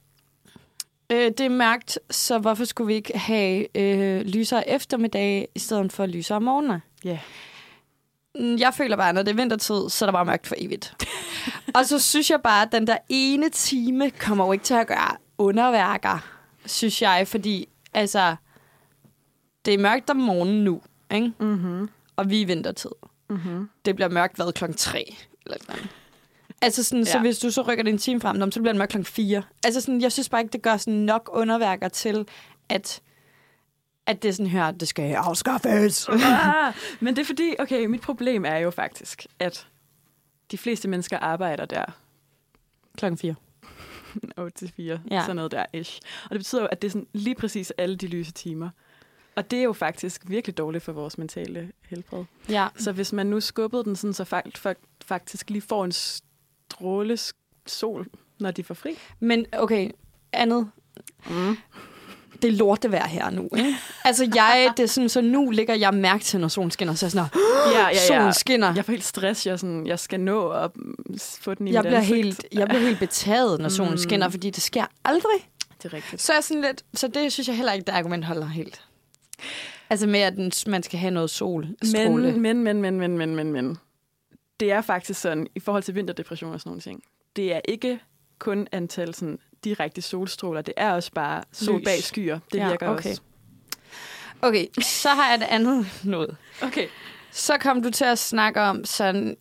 det er mørkt, så hvorfor skulle vi ikke have lysere eftermiddag, i stedet for lysere morgener? Ja. Yeah. Jeg føler bare, når det er vintertid, så er der bare mørkt for evigt. Og så synes jeg bare, at den der ene time kommer jo ikke til at gøre underværker, synes jeg. Fordi, altså, det er mørkt om morgenen nu, ikke? Mm-hmm. Og vi er i vintertid. Mm-hmm. Det bliver mørkt, 3? Eller sådan. Altså sådan, så hvis du så rykker det en time frem, så bliver det mørkt 4. Altså sådan, jeg synes bare ikke, det gør sådan nok underværker til, at det er sådan her, det skal afskaffes. Men det er fordi, okay, mit problem er jo faktisk, at de fleste mennesker arbejder der 4:00. 8-4, sådan noget der ish. Og det betyder jo, at det er sådan lige præcis alle de lyse timer. Og det er jo faktisk virkelig dårligt for vores mentale helbred. Ja. Så hvis man nu skubbede den sådan, så folk faktisk lige får en stråle sol, når de får fri. Men okay, andet... Det er lortevejr her nu, ikke? Altså, det er sådan, så nu ligger jeg mærke til, når solen skinner, så sådan, solen skinner. Jeg får helt stress, jeg skal nå at få den i jeg bliver helt betaget, når solen skinner, fordi det sker aldrig. Det er rigtigt. Så, så det synes jeg heller ikke, det argument holder helt. Altså med, at man skal have noget solstråle. Men. Det er faktisk sådan, i forhold til vinterdepression og sådan nogle ting, det er ikke kun antal sådan direkte solstråler. Det er også bare sol bag skyer. Det virker også. Okay, så har jeg et andet noget. Okay. Så kom du til at snakke om sådan,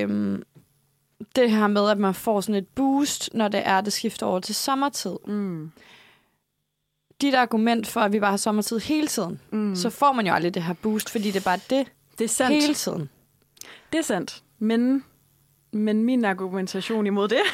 det her med, at man får sådan et boost, når det skifter over til sommertid. Mm. Dit argument for, at vi bare har sommertid hele tiden, så får man jo aldrig det her boost, fordi det er bare det er sandt. Hele tiden. Det er sandt. Men min argumentation imod det...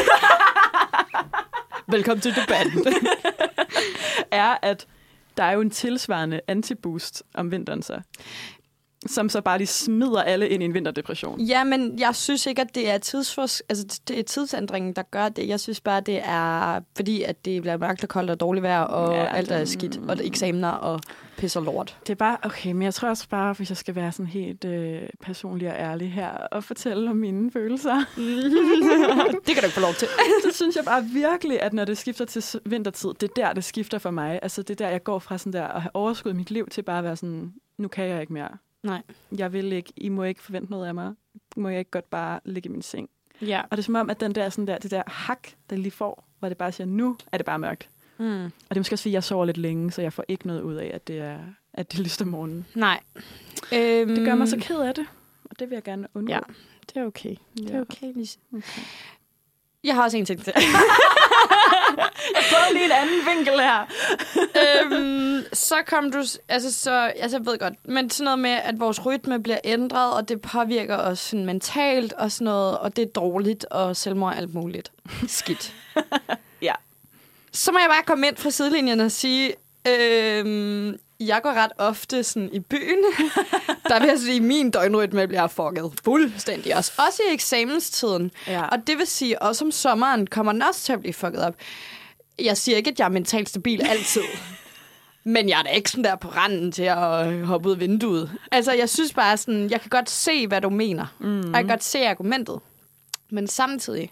Velkommen til debatten. er, at der er jo en tilsvarende antiboost om vinteren så, som så bare lige smider alle ind i en vinterdepression. Ja, men jeg synes ikke, at det er det er tidsændringen, der gør det. Jeg synes bare, det er fordi, at det bliver mørkt og koldt og dårligt vejr, og alt er skidt, og det eksamener og pisser lort. Det er bare, okay, men jeg tror også bare, hvis jeg skal være sådan helt personlig og ærlig her, og fortælle om mine følelser. Det kan du ikke få lov til. Så synes jeg bare virkelig, at når det skifter til vintertid, det er der, det skifter for mig. Altså det er der, jeg går fra sådan der at have overskud mit liv til bare at være sådan, nu kan jeg ikke mere. Nej. Jeg vil ikke, I må ikke forvente noget af mig. Må jeg ikke godt bare ligge i min seng. Ja. Og det er som om, at det der hak, den lige får, hvor det bare siger, nu er det bare mørkt. Mm. Og det er måske også, fordi jeg sover lidt længe, så jeg får ikke noget ud af, at det er lyst om morgenen. Nej. Det gør mig så ked af det, og det vil jeg gerne undgå. Ja, det er okay. Det er okay, Lise. Okay. Jeg har også en ting til. Jeg prøver lige en anden vinkel her. Så kom du... jeg ved godt, men sådan noget med, at vores rytme bliver ændret, og det påvirker os sådan mentalt og sådan noget, og det er dårligt, og selvmord og alt muligt. Skidt. Ja. Så må jeg bare komme ind fra sidelinjen og sige, jeg går ret ofte sådan i byen. Der vil jeg sige, at min døgnrytme bliver fucket fuldstændig også i eksamenstiden. Ja. Og det vil sige, også om sommeren kommer den også til at blive fucket op. Jeg siger ikke, at jeg er mentalt stabil altid. Men jeg er da ikke sådan der på randen til at hoppe ud af vinduet. Altså, jeg synes bare sådan, jeg kan godt se, hvad du mener. Mm. Og jeg kan godt se argumentet. Men samtidig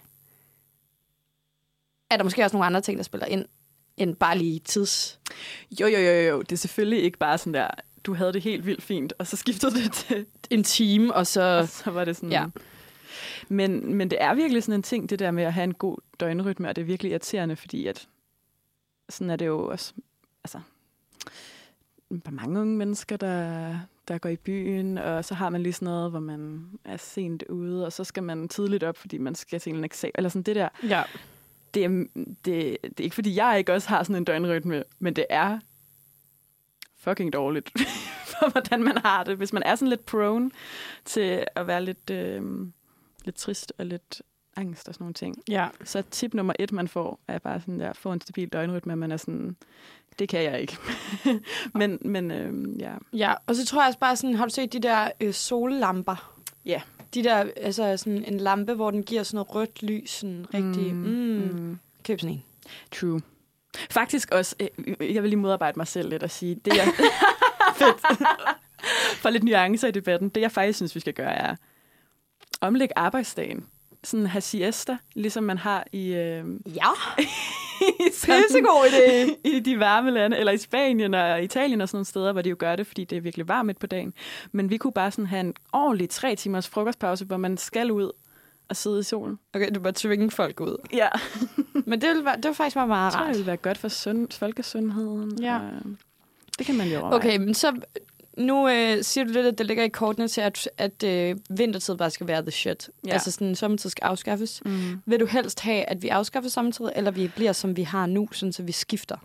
er der måske også nogle andre ting, der spiller ind, end bare lige tids. Jo. Det er selvfølgelig ikke bare sådan der, du havde det helt vildt fint, og så skiftede det til en time, og så var det sådan... Ja. Men det er virkelig sådan en ting, det der med at have en god døgnrytme, og det er virkelig irriterende, fordi at sådan er det jo også altså, mange unge mennesker, der går i byen, og så har man lige sådan noget, hvor man er sent ude, og så skal man tidligt op, fordi man skal til en eksamen, eller sådan det der. Ja. Det er ikke, fordi jeg ikke også har sådan en døgnrytme, men det er fucking dårligt for, hvordan man har det. Hvis man er sådan lidt prone til at være lidt trist og lidt angst og sådan nogle ting. Ja. Så tip nummer 1, man får, er bare sådan der, få en stabil døgnrytme, man er sådan, det kan jeg ikke. men ja. Ja, og så tror jeg også bare sådan, har du set de der sollamper? Ja. De der, altså sådan en lampe, hvor den giver sådan noget rødt lys, sådan rigtig, køb sådan en. True. Faktisk også, jeg vil lige modarbejde mig selv lidt og sige, det jeg... Fedt. For lidt nuancer i debatten. Det jeg faktisk synes, vi skal gøre, er omlægge arbejdsdagen. Sådan have siesta, ligesom man har i... Ja, pissegod idé. I de varme lande, eller i Spanien og Italien og sådan nogle steder, hvor de jo gør det, fordi det er virkelig varmt midt på dagen. Men vi kunne bare sådan have en ordentlig 3 timers frokostpause, hvor man skal ud og sidde i solen. Okay, du bare tvinge folk ud. Ja. Men det vil faktisk være meget rart. Jeg tror, rart. det vil være godt for folkesundheden. Ja. Det kan man jo overveje. Okay, men så... Nu siger du lidt, at det ligger i kortene til, at vintertid bare skal være the shit. Ja. Altså sådan, sommertid skal afskaffes. Vil du helst have, at vi afskaffer sommertid, eller vi bliver, som vi har nu, sådan, så vi skifter?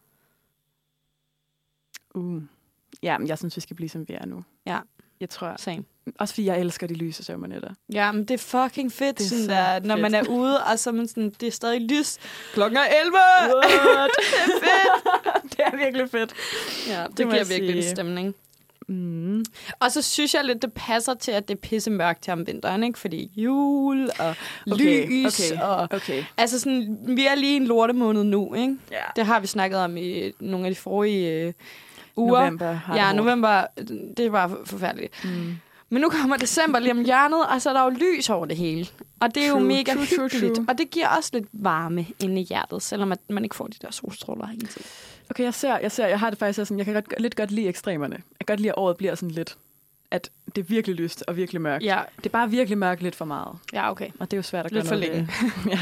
Ja, men jeg synes, vi skal blive, som vi er nu. Ja. Jeg tror... Same. Også fordi jeg elsker de lyse sommernetter. Ja, men det er fucking fedt, det er sådan så der, fedt. når man er ude, og så man sådan, det er stadig lys. Klokken er 11! det er fedt! Det er virkelig fedt. Ja, det giver virkelig en stemning. Og så synes jeg lidt, det passer til, at det er pisse mørkt her om vinteren, ikke? Fordi jul og lys og... Altså sådan, vi er lige en lortemåned nu, ikke? Ja. Det har vi snakket om i nogle af de forrige uger. November, det var forfærdeligt. Men nu kommer december lige om hjørnet, og så er der jo lys over det hele. Og det er jo mega hyggeligt. Og det giver også lidt varme inde i hjertet, selvom at man ikke får de der solstråler hele tiden. Okay, jeg har det faktisk sådan, jeg kan lidt godt lide ekstremerne. Jeg kan godt lide, at året bliver sådan lidt, at det er virkelig lyst og virkelig mørkt. Ja. Det er bare virkelig mørkt lidt for meget. Ja, okay. Og det er jo svært at lidt gøre for længe. Ja.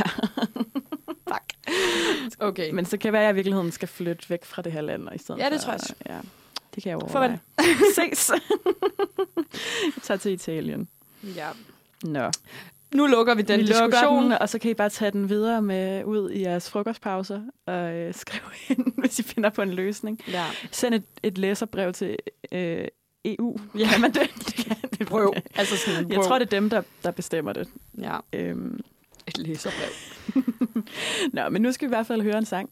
Fuck. Okay. Men så kan være, at jeg i virkeligheden skal flytte væk fra det her land, og i stedet ja, det tror jeg også. Ja, det kan jeg overveje. Ses. Jeg tager til Italien. Ja. Nå. Nu lukker vi den diskussion. Og så kan I bare tage den videre med ud i jeres frokostpauser og skrive ind, hvis I finder på en løsning. Ja. Send et læserbrev til EU. Ja. Kan man det? Et brev. Altså sådan et brev. Jeg tror, det er dem, der bestemmer det. Ja. Et læserbrev. Nå, men nu skal vi i hvert fald høre en sang.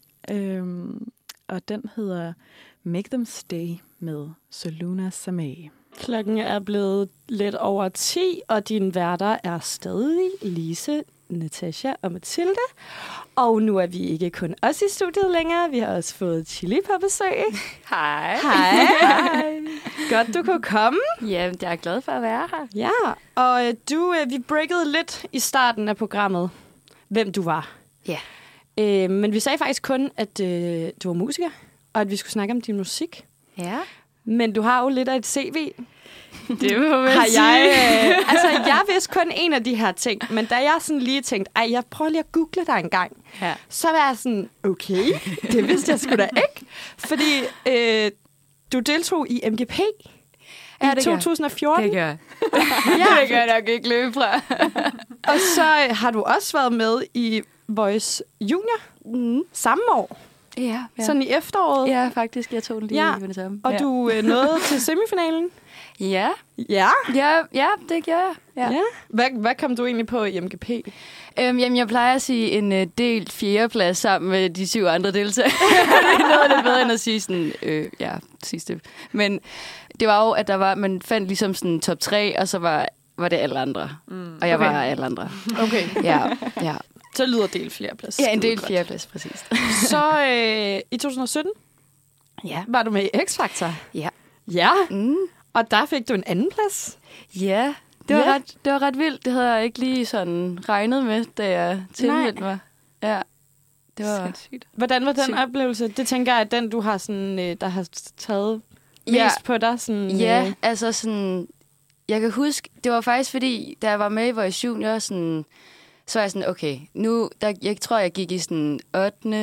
Og den hedder Make Them Stay med Soluna Samay. Klokken er blevet lidt over 10, og dine værter er stadig Lise, Natasha og Mathilde. Og nu er vi ikke kun os i studiet længere. Vi har også fået Chili på besøg. Hej. Hej. Godt, du kunne komme. Ja, jeg er glad for at være her. Ja, og vi breakede lidt i starten af programmet, hvem du var. Ja. Men vi sagde faktisk kun, at du var musiker, og at vi skulle snakke om din musik. Ja. Men du har jo lidt af et CV. Det må man sige. Jeg vidste kun en af de her ting, men da jeg sådan lige tænkte, jeg prøver lige at google dig en gang, så var jeg sådan, okay, det vidste jeg sgu da ikke. Fordi du deltog i MGP i 2014. Det gør jeg. Det kan jeg nok ikke løbe fra. Og så har du også været med i Voice Junior samme år. Ja. Sådan i efteråret. Ja, faktisk. Jeg tog den lige med det samme. Og du nåede til semifinalen. Ja. Ja? Ja, det gjorde jeg. Ja. Hvad kom du egentlig på i MGP? Jamen, jeg plejer at sige en delt fjerdeplads sammen med de 7 andre deltagere. Det er noget lidt bedre end at sige sådan, sidste. Men det var jo, at man fandt ligesom sådan top 3, og så var det alle andre. Og jeg var alle andre. Okay. Ja. Så lyder delt fjerdeplads. Ja, en delt fjerdeplads, præcis. Så i 2017 var du med i X-Factor. Ja. Ja, og der fik du en anden plads. Ja, det var ret vildt. Det havde jeg ikke lige sådan regnet med, da jeg tilmeldte mig. Ja, det var sindssygt. Hvordan var den oplevelse? Det tænker jeg, at den, du har sådan, der har taget mest på dig. Sådan, altså sådan, jeg kan huske, det var faktisk fordi, da jeg var med i Voice Junior, sådan, så var jeg sådan, okay, nu, jeg tror, jeg gik i sådan 8.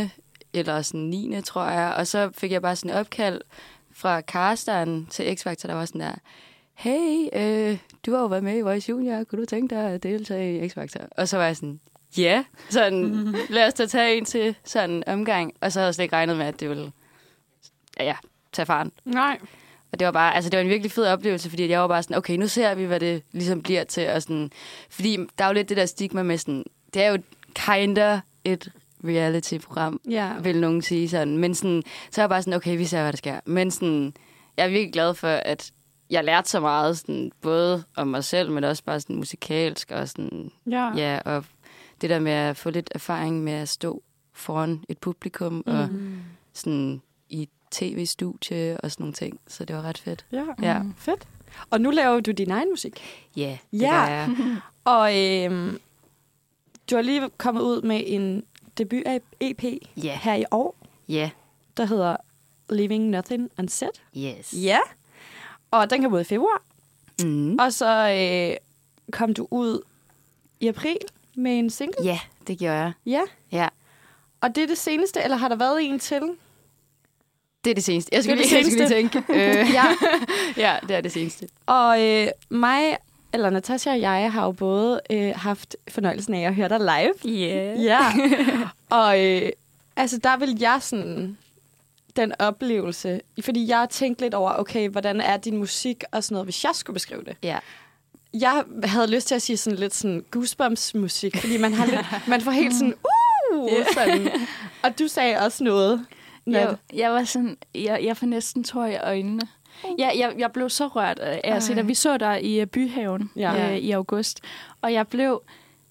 eller sådan 9. tror jeg. Og så fik jeg bare sådan et opkald fra casteren til X-Factor, der var sådan der, hey, du har jo været med i Voice Junior, kunne du tænke dig at deltage i X-Factor? Og så var jeg sådan, ja, sådan, lad os da tage en til sådan en omgang. Og så havde jeg slet ikke regnet med, at det ville tage faren. Nej. Og det var bare, altså det var en virkelig fed oplevelse, fordi jeg var bare sådan, okay, nu ser vi, hvad det ligesom bliver til. Og sådan, fordi der er jo lidt det der stigma med sådan, det er jo kinda et reality-program, vil nogen sige sådan. Men sådan, så er jeg bare sådan, okay, vi ser, hvad der sker. Men sådan, jeg er virkelig glad for, at jeg lærte så meget, sådan, både om mig selv, men også bare sådan musikalsk, og sådan, og det der med at få lidt erfaring med at stå foran et publikum, og sådan i tv-studie og sådan nogle ting. Så det var ret fedt. Ja. Fedt. Og nu laver du din egen musik. Ja, det gør jeg. Og du har lige kommet ud med en debut-EP her i år. Ja. Der hedder Leaving Nothing Unsaid. Yes. Ja. Og den kom ud i februar. Og så kom du ud i april med en single. Ja, det gjorde jeg. Ja. Og det er det seneste, eller har der været en til? Det er det seneste. Jeg skulle lige tænke. Ja, det er det seneste. Og mig, eller Natasha og jeg, har jo både haft fornøjelsen af at høre dig live. Ja. Og altså, der vil jeg sådan den oplevelse, fordi jeg har tænkt lidt over, okay, hvordan er din musik og sådan noget, hvis jeg skulle beskrive det. Ja. Jeg havde lyst til at sige sådan lidt sådan goosebumps-musik, fordi man har lidt, man får helt sådan, sådan. Og du sagde også noget. Jeg var sådan, jeg får næsten tår i øjnene. Jeg blev så rørt af at se dig. Vi så dig i Byhaven i august, og jeg blev...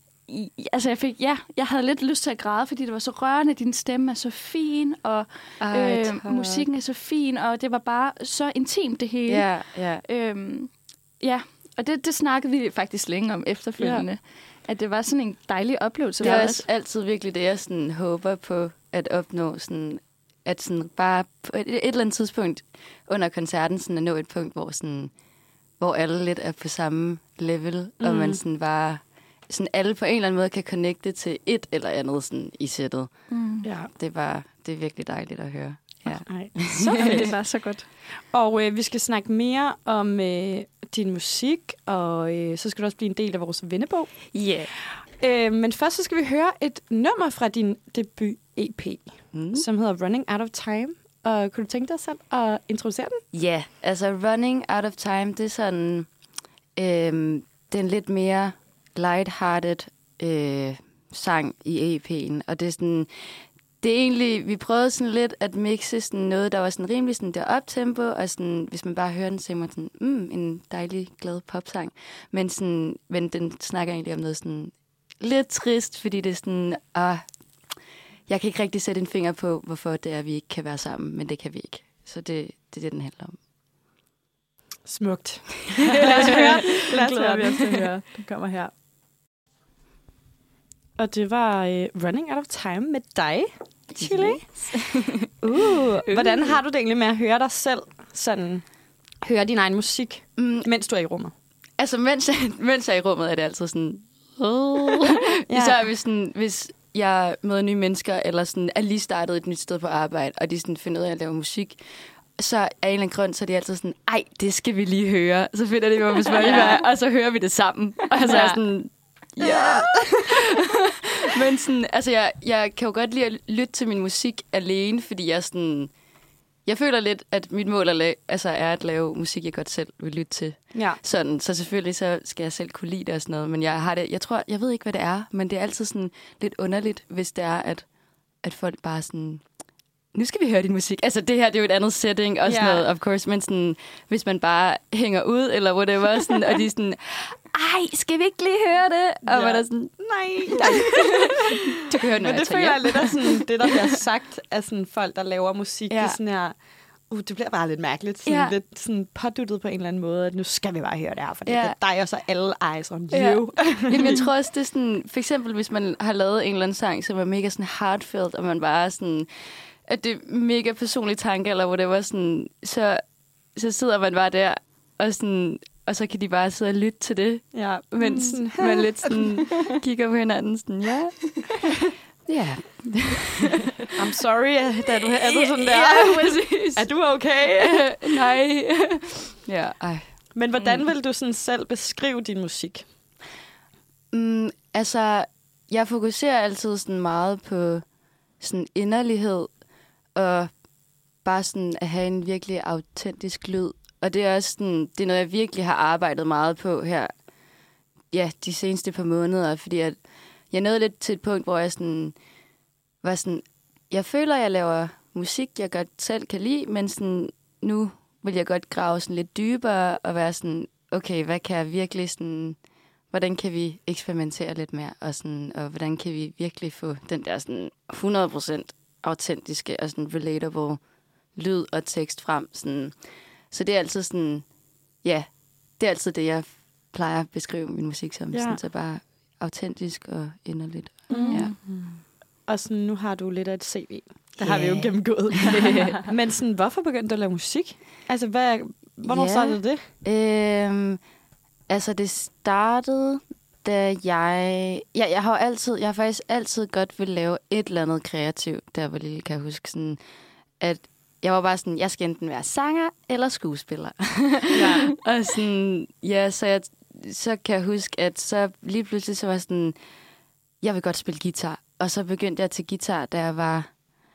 jeg havde lidt lyst til at græde, fordi det var så rørende. Din stemme er så fin, og musikken er så fin, og det var bare så intimt det hele. Og det snakkede vi faktisk længe om efterfølgende. At det var sådan en dejlig oplevelse. Det er også altid virkelig det, jeg sådan håber på at opnå. Sådan, at sådan bare på et eller andet tidspunkt under koncerten sådan at nå et punkt, hvor alle lidt er på samme level, og man sådan bare... Sådan alle på en eller anden måde kan connecte til et eller andet sådan i sættet. Det er virkelig dejligt at høre. Ja. Så det var så godt. Og vi skal snakke mere om din musik, og så skal du også blive en del af vores vennebog. Men først så skal vi høre et nummer fra din debut-EP, som hedder Running Out of Time. Og kunne du tænke dig selv at introducere den? Ja, altså Running Out of Time, det er sådan den lidt mere lighthearted sang i EP'en, og det er sådan, det er egentlig, vi prøvede sådan lidt at mixe sådan noget, der var sådan rimelig sådan der optempo, og sådan, hvis man bare hører den, så er man sådan, en dejlig, glad popsang, men den snakker egentlig om noget sådan lidt trist, fordi det er sådan, jeg kan ikke rigtig sætte en finger på, hvorfor det er, vi ikke kan være sammen, men det kan vi ikke. Så det er det, den handler om. Smukt. Lad os høre. Den kommer her. Og det var Running Out of Time med dig, Chili. Hvordan har du det egentlig med at høre dig selv, sådan høre din egen musik, mens du er i rummet? Altså, mens jeg er i rummet, er det altid sådan... Især hvis jeg møder nye mennesker, eller sådan er lige startet et nyt sted på arbejde, og de sådan finder ud af at lave musik, så af en eller anden grund, så er de altid sådan, ej, det skal vi lige høre. Så finder de mig på Spotify, og så hører vi det sammen. Og så er jeg sådan... Men sådan, altså jeg kan jo godt lide at lytte til min musik alene, fordi jeg føler lidt, at mit mål er at lave musik, jeg godt selv vil lytte til. Sådan, så selvfølgelig så skal jeg selv kunne lide det og sådan noget, men jeg ved ikke, hvad det er, men det er altid sådan lidt underligt, hvis det er, at folk bare sådan, nu skal vi høre din musik. Altså det her, det er jo et andet setting og sådan noget, of course, men sådan, hvis man bare hænger ud, eller whatever, sådan, og de er sådan, ej, skal vi ikke lige høre det? Og man er sådan, nej. Du kan høre, men det føler jeg lidt af sådan, det, der bliver sagt af sådan folk, der laver musik. Det er sådan her, det bliver bare lidt mærkeligt. Sådan lidt sådan påduttet på en eller anden måde, at nu skal vi bare høre det her, for det er dig og så alle eyes on you. Jamen, jeg tror også, det er sådan, for eksempel, hvis man har lavet en eller anden sang, som er mega sådan heartfelt, og man bare sådan, at det er mega personlig tanke, eller whatever, sådan, så sidder man bare der, og så kan de bare sidde og lytte til det, mens man lidt sådan kigger på hinanden. Sådan, I'm sorry, da du havde sådan der. Ja, præcis. Er du okay? Nej. Ja, ej. Men hvordan vil du sådan selv beskrive din musik? Altså, jeg fokuserer altid sådan meget på sådan inderlighed, og bare sådan at have en virkelig autentisk lyd. Og det er også sådan, det er noget, jeg virkelig har arbejdet meget på her, ja, de seneste par måneder, fordi at jeg nåede lidt til et punkt, hvor jeg sådan var sådan, jeg føler, at jeg laver musik, jeg godt selv kan lide, men sådan, nu vil jeg godt grave sådan lidt dybere og være sådan, okay, hvad kan jeg virkelig sådan, hvordan kan vi eksperimentere lidt mere, og hvordan kan vi virkelig få den der sådan 100% autentiske og sådan relatable lyd og tekst frem. Sådan. Så det er altid sådan, ja, det er altid det, jeg plejer at beskrive min musik som. Ja. Sådan, så bare autentisk og inderligt. Ja. Og sådan, nu har du lidt af et CV. Det har vi jo gennemgået. Men sådan, hvorfor begyndte du at lave musik? Altså, hvornår startede det? Altså, det startede, da jeg har faktisk altid godt vil lave et eller andet kreativt, der var lille, kan jeg huske. Sådan, at jeg var bare sådan, jeg skal enten være sanger eller skuespiller. Ja. Og sådan, ja, så kan jeg huske, at så lige pludselig så var sådan, jeg vil godt spille guitar. Og så begyndte jeg til guitar, da jeg var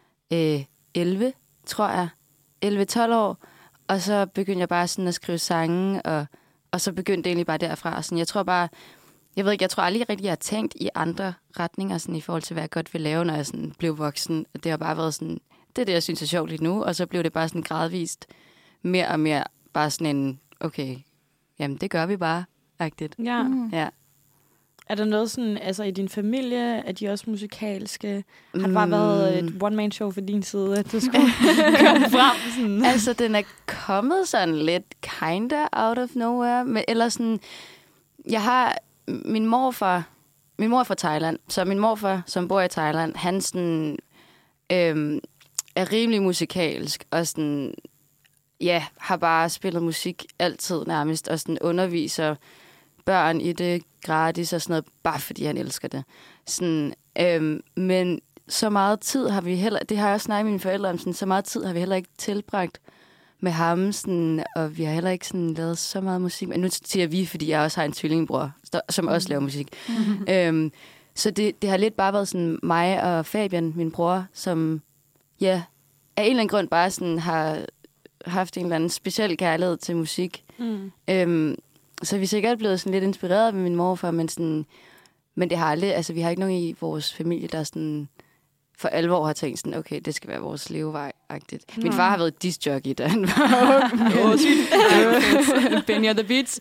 11, tror jeg. 11-12 år. Og så begyndte jeg bare sådan at skrive sange, og så begyndte det egentlig bare derfra. Sådan, jeg tror aldrig rigtig, jeg har tænkt i andre retninger, sådan, i forhold til, hvad jeg godt vil lave, når jeg sådan blev voksen. Det har bare været sådan, det er det, jeg synes er sjovt lige nu. Og så blev det bare sådan gradvist mere og mere bare sådan en, okay, jamen det gør vi bare, agtigt. Ja. Ja. Er der noget sådan, altså i din familie, er de også musikalske? Har det bare været et one-man-show for din side, at du skulle komme frem? Sådan? Altså, den er kommet sådan lidt kinda out of nowhere. Men, eller sådan, jeg har min mor er fra Thailand, så min morfar, som bor i Thailand, han sådan, er rimelig musikalsk, og sådan, ja, har bare spillet musik altid nærmest, og sådan underviser børn i det gratis og sådan noget, bare fordi han elsker det. Sådan, men så meget tid har vi heller, det har jeg også snakket med mine forældre om, sådan, så meget tid har vi heller ikke tilbragt med ham, sådan, og vi har heller ikke sådan lavet så meget musik. Men nu siger vi, fordi jeg også har en tvillingbror, som også laver musik. Så det har lidt bare været sådan mig og Fabian, min bror, som ja, af en eller anden grund bare sådan har haft en eller anden speciel kærlighed til musik. Så vi er sikkert blevet sådan lidt inspireret af min morfar, men det har aldrig, altså vi har ikke nogen i vores familie, der sådan for alvor har tænkt sådan, okay, det skal være vores levevej-agtigt. Min far har været discjockey, da han var Benny on the Beats.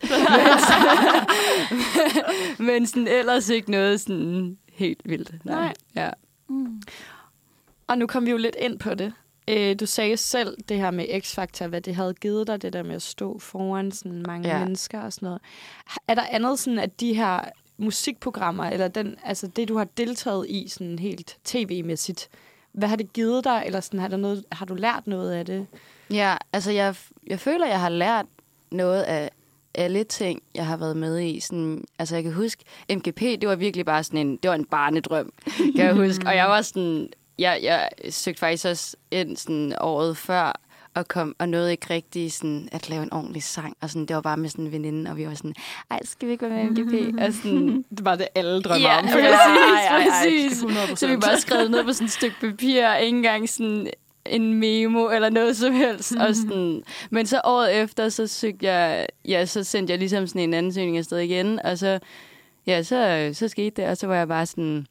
Men sådan ellers ikke noget sådan helt vildt. Nej. Ja. Og nu kom vi jo lidt ind på det. Du sagde selv det her med X-Factor, hvad det havde givet dig, det der med at stå foran sådan mange mennesker og sådan noget. Er der andet sådan, at de her musikprogrammer, eller det, du har deltaget i sådan helt tv-mæssigt, hvad har det givet dig, eller sådan, har du lært noget af det? Ja, altså jeg føler, jeg har lært noget af alle ting, jeg har været med i. Sådan, altså jeg kan huske, MGP, det var virkelig bare sådan en barnedrøm, kan jeg huske. Og jeg var sådan, jeg søgte faktisk også ind sådan året før, og nåede ikke rigtig sådan at lave en ordentlig sang. Og sådan, det var bare med sådan en veninde, og vi var sådan, ej, skal vi ikke være med MGP? Og sådan, det var det, alle drømmer om. Præcis. 100%. Så vi bare skrev ned på sådan et stykke papir, og ikke engang sådan en memo eller noget som helst. Og sådan, men så året efter, så så sendte jeg ligesom sådan en ansøgning afsted igen, og så skete det, og så var jeg bare sådan,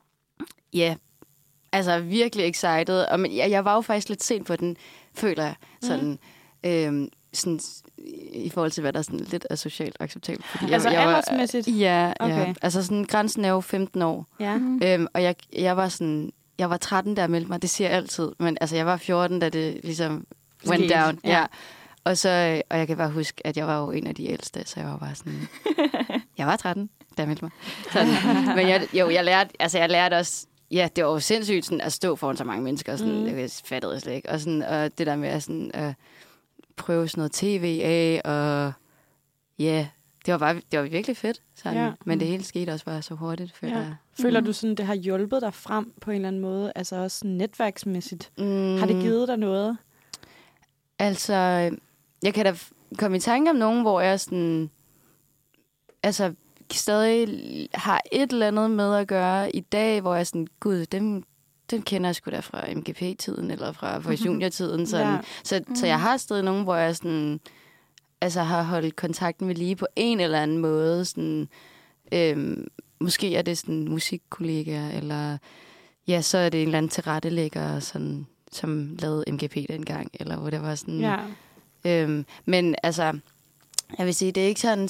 altså virkelig excited. Og men jeg var jo faktisk lidt sent på den, føler jeg, sådan, sådan i forhold til, hvad der er sådan lidt er socialt acceptabelt. Fordi altså aldersmæssigt? Ja, altså sådan, grænsen er jo 15 år. Ja. Og jeg var sådan, jeg var 13, da jeg meldte mig, det siger jeg altid, men altså jeg var 14, da det ligesom went down. Ja. Og jeg kan bare huske, at jeg var jo en af de ældste, så jeg var bare sådan, jeg var 13, da jeg meldte mig. Sådan. Men jeg lærte også, ja, det var jo sindssygt sådan, at stå foran så mange mennesker, sådan, det fattede jeg slet ikke. Og, sådan, og det der med at sådan, prøve sådan noget tv af, og det var virkelig fedt. Sådan. Men det hele skete også bare så hurtigt. Føler du sådan, det har hjulpet dig frem på en eller anden måde? Altså også netværksmæssigt. Har det givet dig noget? Altså, jeg kan da komme i tanke om nogen, hvor jeg sådan, altså, stadig har et eller andet med at gøre i dag, hvor jeg sådan, gud, dem kender jeg sgu da fra MGP-tiden, eller fra junior-tiden. Sådan. Så jeg har stadig nogen, hvor jeg sådan, altså, har holdt kontakten ved lige på en eller anden måde. Sådan, måske er det sådan musikkollegaer, eller ja, så er det en eller anden tilrettelægger, sådan, som lavede MGP dengang, eller hvor det var sådan. Men altså, jeg vil sige, det er ikke sådan,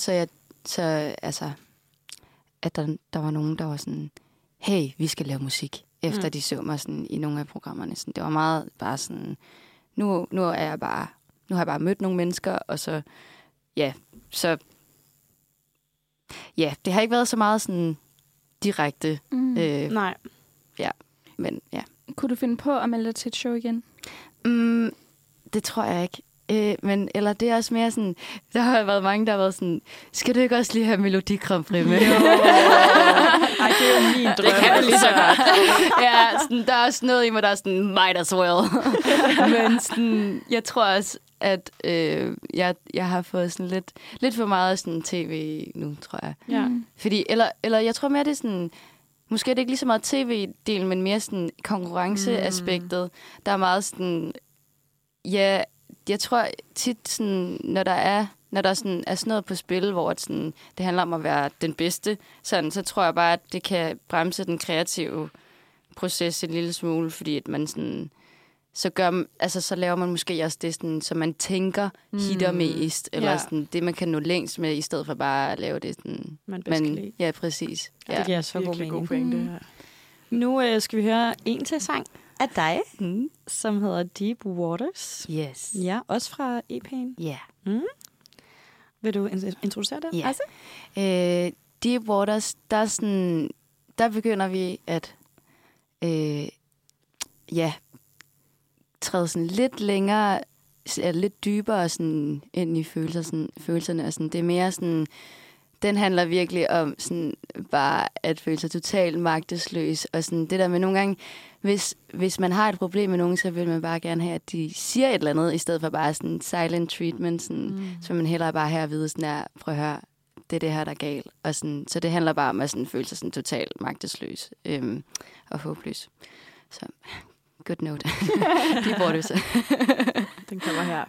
at der var nogen, der var sådan, hey, vi skal lave musik, efter de så mig sådan, i nogle af programmerne. Sådan, det var meget bare sådan, nu har jeg bare mødt nogle mennesker, og så, det har ikke været så meget sådan direkte. Nej. Ja, men ja. Kunne du finde på at melde dig til et show igen? Det tror jeg ikke. Men eller det er også mere sådan, der har været mange, der har været sådan, skal du ikke også lige have Melodi Grand Prix med? Ej, det er jo min drøm. Det kan man lige så godt. Ja, sådan, der er også noget i mig, der er sådan, might as well. Men sådan, jeg tror også, at jeg har fået sådan lidt for meget sådan tv nu, tror jeg. Ja. Fordi, eller jeg tror mere, det er sådan, måske er det ikke lige så meget tv-delen, men mere sådan konkurrenceaspektet. Der er meget sådan, ja, jeg tror tit, sådan, når der sådan er sådan noget på spil, hvor det handler om at være den bedste, sådan, så tror jeg bare, at det kan bremse den kreative proces en lille smule, fordi at man sådan, så laver man måske også det, sådan, så man tænker hitter mest, eller sådan, det, man kan nå længst med, i stedet for bare at lave det sådan. Man bedst kan lide. Ja, præcis. Ja. Det giver så god mening. Pointe, her. Nu skal vi høre en til sang af dig, som hedder Deep Waters. Yes. Ja, også fra EP'en. Ja. Vil du introducere det? Ja. Altså? Deep Waters, der begynder vi at træde sådan lidt længere, lidt dybere sådan, ind i følelserne. Og sådan, det er mere sådan, den handler virkelig om sådan, bare at føle sig totalt magtesløs. Og sådan, det der med nogle gange, hvis man har et problem med nogen, så vil man bare gerne have, at de siger et eller andet, i stedet for bare sådan silent treatment. Sådan, så man hellere bare her at vide, sådan, prøv at høre, det er det her, der er galt. Og sådan, så det handler bare om at sådan, føle sig sådan, totalt magtesløs og håbløs. Så good note. De burde det så. Den kommer her.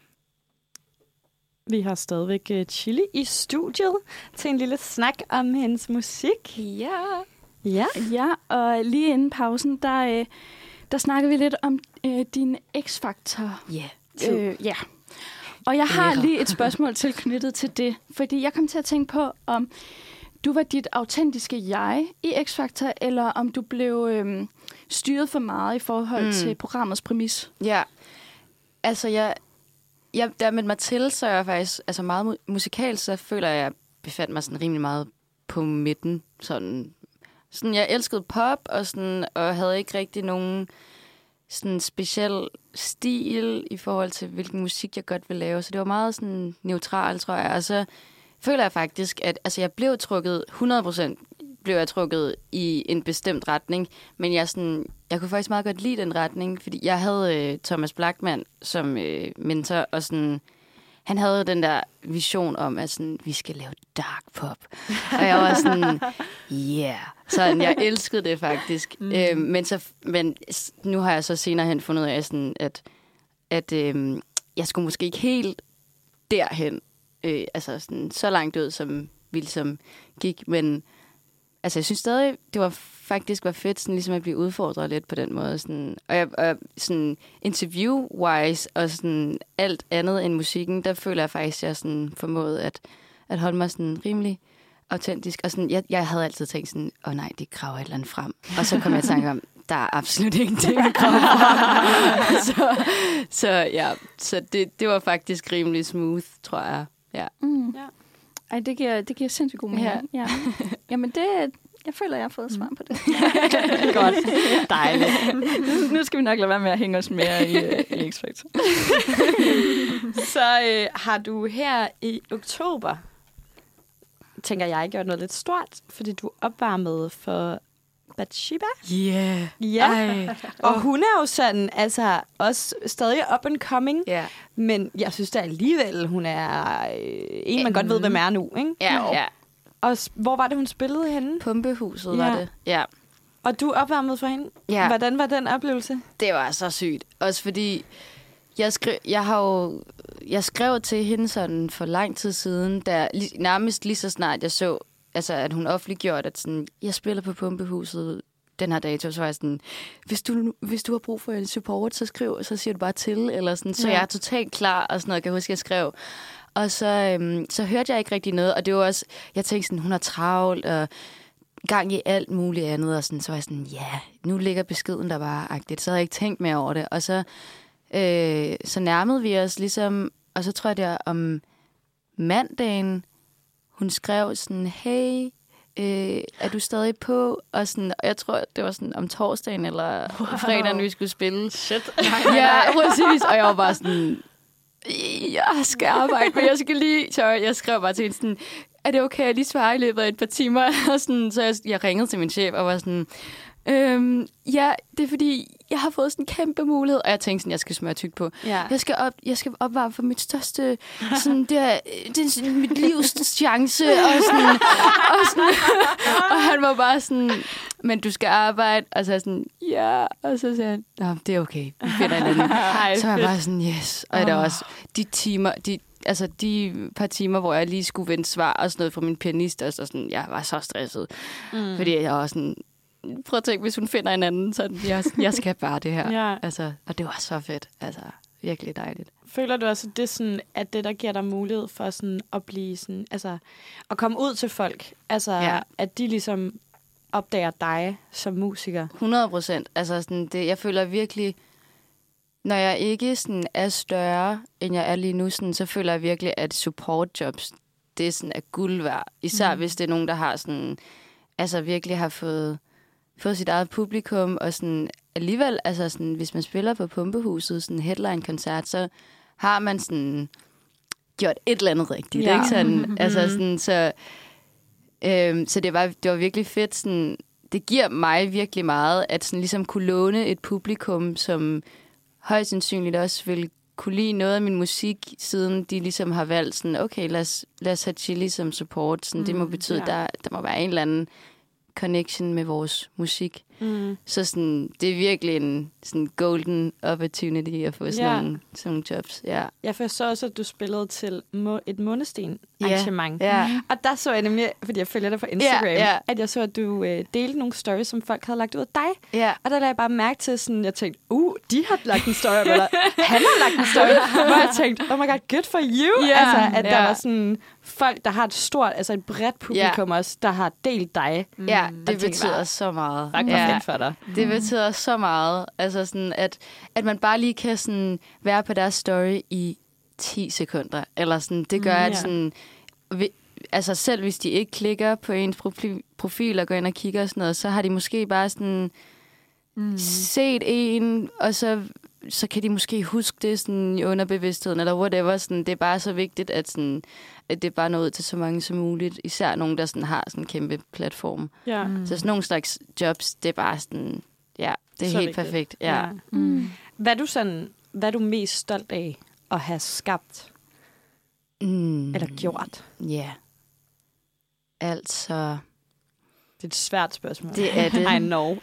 Vi har stadigvæk Chili i studiet til en lille snak om hendes musik. Ja, og lige inden pausen, der snakker vi lidt om din X-faktor. Ja. Og jeg har lige et spørgsmål tilknyttet til det, fordi jeg kom til at tænke på, om du var dit autentiske jeg i X-faktor, eller om du blev styret for meget i forhold til programmets præmis. Ja, altså da jeg meldte mig til, så er jeg faktisk altså meget musikal, så føler jeg befandt mig sådan rimelig meget på midten. Sådan jeg elskede pop, og havde ikke rigtig nogen sådan speciel stil i forhold til, hvilken musik jeg godt ville lave. Så det var meget sådan neutral, tror jeg. Og så føler jeg faktisk, at altså, jeg blev trukket 100% i en bestemt retning, men jeg kunne faktisk meget godt lide den retning, fordi jeg havde Thomas Blachman som mentor, og sådan, han havde den der vision om, at sådan, vi skal lave dark pop. Og jeg var sådan, sådan, jeg elskede det faktisk. Men nu har jeg så senere hen fundet ud af, sådan, at jeg skulle måske ikke helt derhen, altså sådan, så langt ud, som vi ligesom gik, men altså, jeg synes stadig, det var fedt, sådan, ligesom at blive udfordret lidt på den måde. Sådan, og sådan interview-wise og sådan alt andet end musikken, der føler jeg faktisk, at jeg sådan formåede at holde mig sådan rimelig autentisk. Og sådan, jeg havde altid tænkt sådan, nej, de graver et eller andet frem. Og så kom jeg i tanke om, der er absolut ingenting at grave frem. Så det var faktisk rimelig smooth, tror jeg. Ja. Ej, det giver sindssygt god mening. Ja. Jamen, jeg føler, jeg har fået svar på det. Godt. Dejligt. Nu skal vi nok lade være med at hænge os mere i X-Factor. Så har du her i oktober tænker jeg, gjort noget lidt stort, fordi du opvarmede for Bathsheba. Yeah. Ja, og hun er jo sådan, altså også stadig up and coming, men jeg synes da alligevel, hun er en, man godt ved, hvem er nu, ikke? Ja. Og hvor var det, hun spillede henne? Pumpehuset var det, ja. Og du opvarmede for hende? Ja. Hvordan var den oplevelse? Det var så sygt. Også fordi, jeg skrev til hende sådan for lang tid siden, nærmest lige så snart jeg så, altså, at hun offentliggjorde, at sådan, jeg spiller på Pumpehuset den her dato, så var jeg sådan, hvis du har brug for en support, så skriv, så siger du bare til, eller sådan, så jeg er totalt klar, og sådan noget, jeg kan huske, jeg skrev. Og så hørte jeg ikke rigtig noget, og det var også, jeg tænkte sådan, hun er travlt, og gang i alt muligt andet, og sådan, så var jeg sådan, nu ligger beskeden der bare agtigt, så havde jeg ikke tænkt mere over det, og så nærmede vi os ligesom, og så tror jeg, det om mandagen, hun skrev sådan, hey, er du stadig på? Og jeg tror, det var sådan om torsdagen eller fredagen, vi skulle spille. Shit. Ja, præcis. Og jeg var bare sådan, jeg skal arbejde, men jeg skal lige... Så jeg skrev bare til hende sådan, er det okay, at jeg lige svarer i løbet af et par timer? Og sådan, så jeg ringede til min chef og var sådan, ja, det er fordi, jeg har fået sådan en kæmpe mulighed. Og jeg tænkte sådan, jeg skal smøre tyk på. Ja. Jeg skal opvarme for mit største, sådan, det er sådan, mit livs chance. Og han var bare sådan, men du skal arbejde. Og så er sådan, ja. Og så sagde han, det er okay, vi finder en anden. Så var jeg bare sådan, yes. Og der også de timer, de par timer, hvor jeg lige skulle vente svar og sådan noget fra min pianist, og så sådan, jeg var så stresset. Fordi jeg var sådan, prøv at tænke, hvis hun finder en anden, så jeg skal bare det her. Ja. Altså, og det var så fedt. Altså, virkelig dejligt. Føler du også, at det der giver dig mulighed for sådan at blive sådan, altså, at komme ud til folk? Altså, at de ligesom opdager dig som musiker? 100%. Altså, sådan, jeg føler virkelig, når jeg ikke sådan er større, end jeg er lige nu, sådan, så føler jeg virkelig, at supportjobs, det sådan er guld værd. Især hvis det er nogen, der har sådan, altså virkelig har fået sit eget publikum, og sådan alligevel, altså sådan, hvis man spiller på Pumpehuset, sådan en headline-koncert, så har man sådan gjort et eller andet rigtigt, ikke sådan? Altså sådan, så det var virkelig fedt, sådan, det giver mig virkelig meget, at sådan ligesom kunne låne et publikum, som højst sandsynligt også vil kunne lide noget af min musik, siden de ligesom har valgt sådan, okay, lad os have Chili som support, sådan, det må betyde, der må være en eller anden connection med vores musik. Så sådan, det er virkelig en sådan golden opportunity at få sådan nogle jobs. Ja. Jeg så også, at du spillede til et Månesten-arrangement. Og der så jeg nemlig, fordi jeg følger dig på Instagram, at jeg så, at du delte nogle stories, som folk havde lagt ud af dig. Og der lagde jeg bare mærke til, sådan, jeg tænkte, de har lagt en story, eller han har lagt en story, hvor jeg tænkte, oh my god, good for you. Altså, at der var sådan folk, der har et stort, altså et bredt publikum også, der har delt dig. Ja, det betyder så meget. Fedt for dig. Det betyder så meget. Altså sådan, at man bare lige kan sådan være på deres story i 10 sekunder. Eller sådan, det gør, at sådan, altså selv hvis de ikke klikker på ens profil og går ind og kigger og sådan noget, så har de måske bare sådan set en, og så kan de måske huske det sådan i underbevidstheden, eller whatever. Sådan, det er bare så vigtigt, at, sådan, at det bare når ud til så mange som muligt. Især nogen, der sådan har sådan en kæmpe platform. Så sådan nogle slags jobs, det er bare sådan, det er så helt vigtigt. Perfekt. Ja. Hvad er du mest stolt af at have skabt? Eller gjort? Ja. Altså... Det er et svært spørgsmål. Det er det. I know.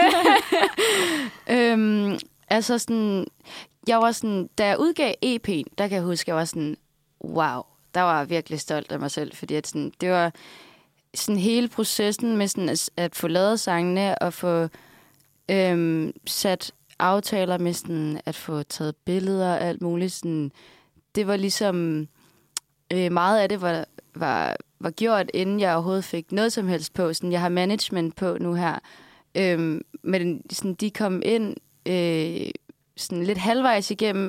Altså sådan, jeg var sådan, da jeg udgav EP'en, der kan jeg huske, jeg var sådan, wow, der var jeg virkelig stolt af mig selv, fordi at sådan, det var sådan hele processen med sådan at få lavet sangene og få sat aftaler med sådan at få taget billeder og alt muligt. Sådan, det var ligesom, meget af det var gjort, inden jeg overhovedet fik noget som helst på. Sådan, jeg har management på nu her, men sådan, de kom ind sådan lidt halvvejs igennem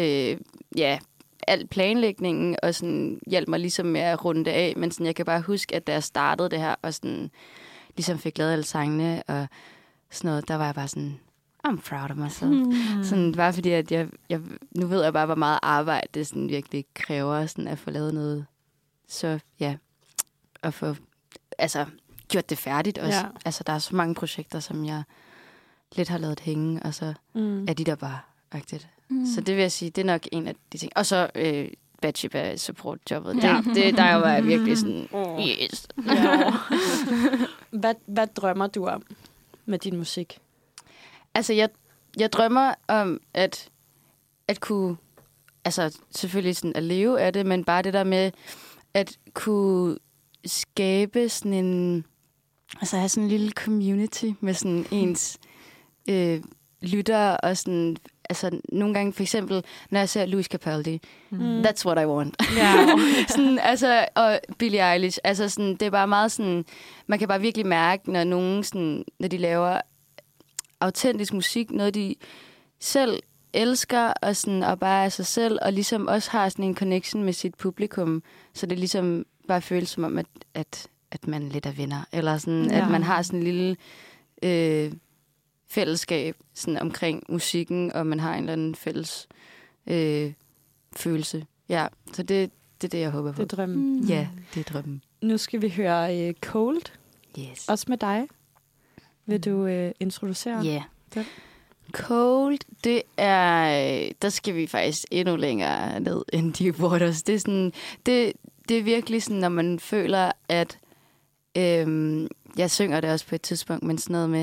al planlægningen, og sådan hjalp mig ligesom med at runde det af. Men sådan, jeg kan bare huske, at da jeg startede det her, og sådan, ligesom fik lavet alle sangene, og sådan noget, der var jeg bare sådan, I'm proud of myself. Sådan, bare fordi, at jeg nu ved jeg bare, hvor meget arbejde det sådan virkelig kræver sådan at få lavet noget så at få gjort det færdigt også. Ja. Altså, der er så mange projekter, som jeg lidt har lavet hænge, og så er de der bare agtigt. Så det vil jeg sige, det er nok en af de ting. Og så Bathsheba support-jobbet. Der var jeg virkelig sådan, yes. Ja. Hvad drømmer du om med din musik? Altså, jeg drømmer om at kunne, altså selvfølgelig sådan at leve af det, men bare det der med at kunne skabe sådan en, altså have sådan en lille community med sådan ens lyttere og sådan, altså nogle gange for eksempel, når jeg ser Louis Capaldi, that's what I want. Yeah. Sådan, altså, og Billie Eilish, altså sådan, det er bare meget sådan, man kan bare virkelig mærke, når nogen sådan, når de laver autentisk musik, noget de selv elsker, og, sådan, og bare er sig selv, og ligesom også har sådan en connection med sit publikum, så det ligesom bare føles som om, at man lidt er venner, eller sådan, at man har sådan en lille fællesskab sådan omkring musikken, og man har en eller anden fælles følelse. Ja, så det er det, jeg håber på. Det er drømmen. Ja, det er drømmen. Nu skal vi høre Cold. Yes. Også med dig. Vil du introducere? Ja. Yeah. Cold, det er... Der skal vi faktisk endnu længere ned end Deep Waters. Det er sådan... Det er virkelig sådan, når man føler, at... jeg synger det også på et tidspunkt, men sådan noget med,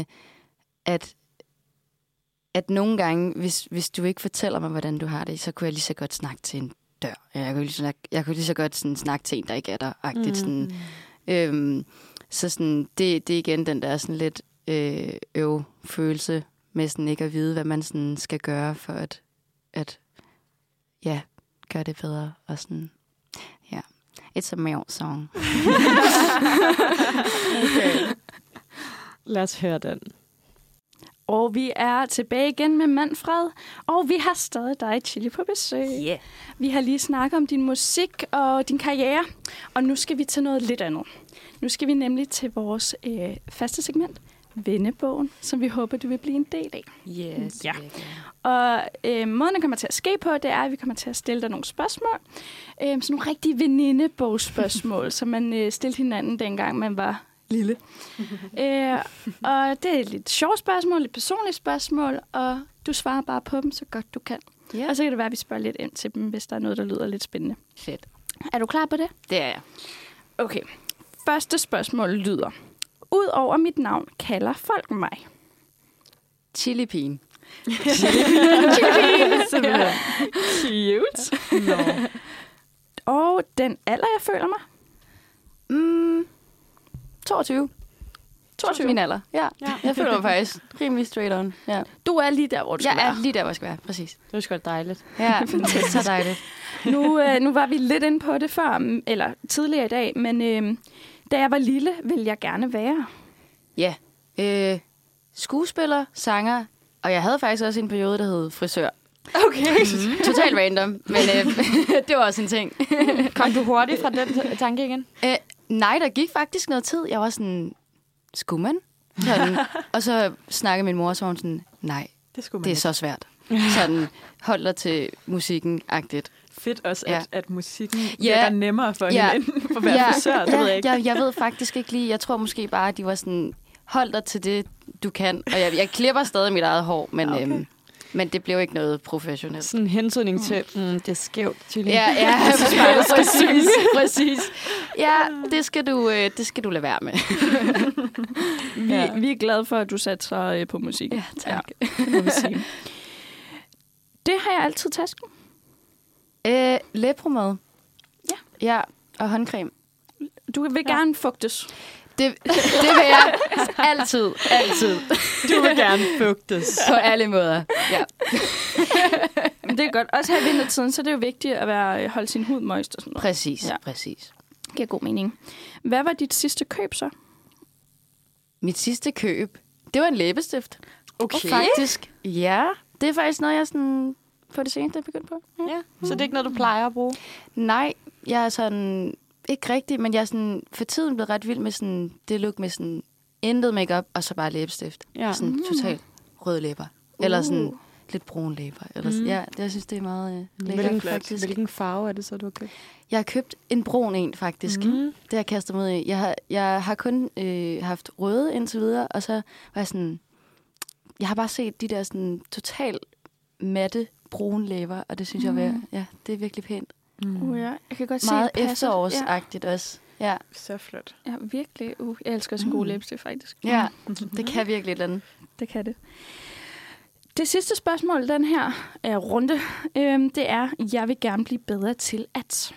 at nogle gange, hvis du ikke fortæller mig, hvordan du har det, så kunne jeg lige så godt snakke til en dør. Jeg kunne lige så godt sådan, snakke til en, der ikke er der-agtigt. Sådan. Så sådan, det er igen den der sådan lidt følelse med sådan ikke at vide, hvad man sådan skal gøre for at gøre det bedre. Og sådan, ja. It's a male song. Okay. Lad os høre den. Og vi er tilbage igen med Manfred, og vi har stadig dig, Chili, på besøg. Yeah. Vi har lige snakket om din musik og din karriere, og nu skal vi til noget lidt andet. Nu skal vi nemlig til vores faste segment, Vennebogen, som vi håber, du vil blive en del af. Yes. Ja. Og måden, det kommer til at ske på, det er, at vi kommer til at stille dig nogle spørgsmål. Sådan nogle rigtige venindebogsspørgsmål, som man stillede hinanden, dengang man var lille. Og det er et lidt sjovt spørgsmål, lidt personligt spørgsmål, og du svarer bare på dem, så godt du kan. Yeah. Og så kan det være, at vi spørger lidt ind til dem, hvis der er noget, der lyder lidt spændende. Fedt. Er du klar på det? Det er jeg. Okay. Første spørgsmål lyder: Udover mit navn kalder folk mig? Chili-pigen. Simpelthen. Cute. No. Og den alder, jeg føler mig? 22. 22 min alder. Ja. Jeg føler mig faktisk rimelig straight on. Ja. Du er lige der, hvor du skal være. Jeg er lige der, hvor jeg skal være. Præcis. Det er sgu dejligt. Ja, det er så dejligt. Nu var vi lidt inde på det før, eller tidligere i dag, men da jeg var lille, ville jeg gerne være. Ja. Skuespiller, sanger, og jeg havde faktisk også en periode, der hed frisør. Okay. Totalt random, men det var også en ting. Kom du hurtigt fra den tanke igen? Nej, der gik faktisk noget tid. Jeg var sådan, skulle man? Sådan. Og så snakkede min mor, så hun sådan, nej, det er så svært. Sådan, hold dig til musikken-agtigt. Fedt også, at musikken virker nemmere for hende, end for at være frisør. Det ved jeg ikke. Jeg ved faktisk ikke lige. Jeg tror måske bare, at de var sådan, hold dig til det, du kan. Og jeg klipper stadig mit eget hår, men... Men det blev ikke noget professionelt. Sådan en hentydning til, det er skævt, Chili. Ja, præcis. Ja, det skal du lade være med. Vi er glade for, at du satte sig på musik. Ja, tak. Ja, det må vi sige. Det har jeg altid tasken. Læbromad. Ja, og håndcreme. Du vil gerne fugtes. Det vil jeg altid. Du vil gerne fugtes. På alle måder, ja. Men det er godt. Også her i vintertiden, så er det jo vigtigt at holde sin hud moist og sådan noget. Præcis. Det giver god mening. Hvad var dit sidste køb så? Mit sidste køb, det var en læbestift. Okay. Faktisk. Ja, det er faktisk noget, jeg sådan på det seneste er begyndt på. Ja. Så det er ikke noget, du plejer at bruge? Nej, jeg er sådan... Ikke rigtigt, men jeg er sådan, for tiden blevet ret vild med sådan, det look med sådan intet makeup og så bare læbestift. Ja. Sådan totalt røde læber. Eller sådan lidt brun læber. Eller sådan. Ja, jeg synes, det er meget lækkert faktisk. Hvilken farve er det så, du har købt? Jeg har købt en brun en, faktisk. Det har jeg kastet mod i. Jeg har kun haft røde indtil videre, og så var jeg sådan... Jeg har bare set de der sådan total matte brune læber, og det synes jeg det er virkelig pænt. Ja, jeg kan godt meget se det efterårsagtigt også. Ja. Så flot. Ja, virkelig. Jeg elsker også en god læbestift, faktisk. Ja, det kan virkelig et eller andet. Det kan det. Det sidste spørgsmål, den her runde, det er, jeg vil gerne blive bedre til at...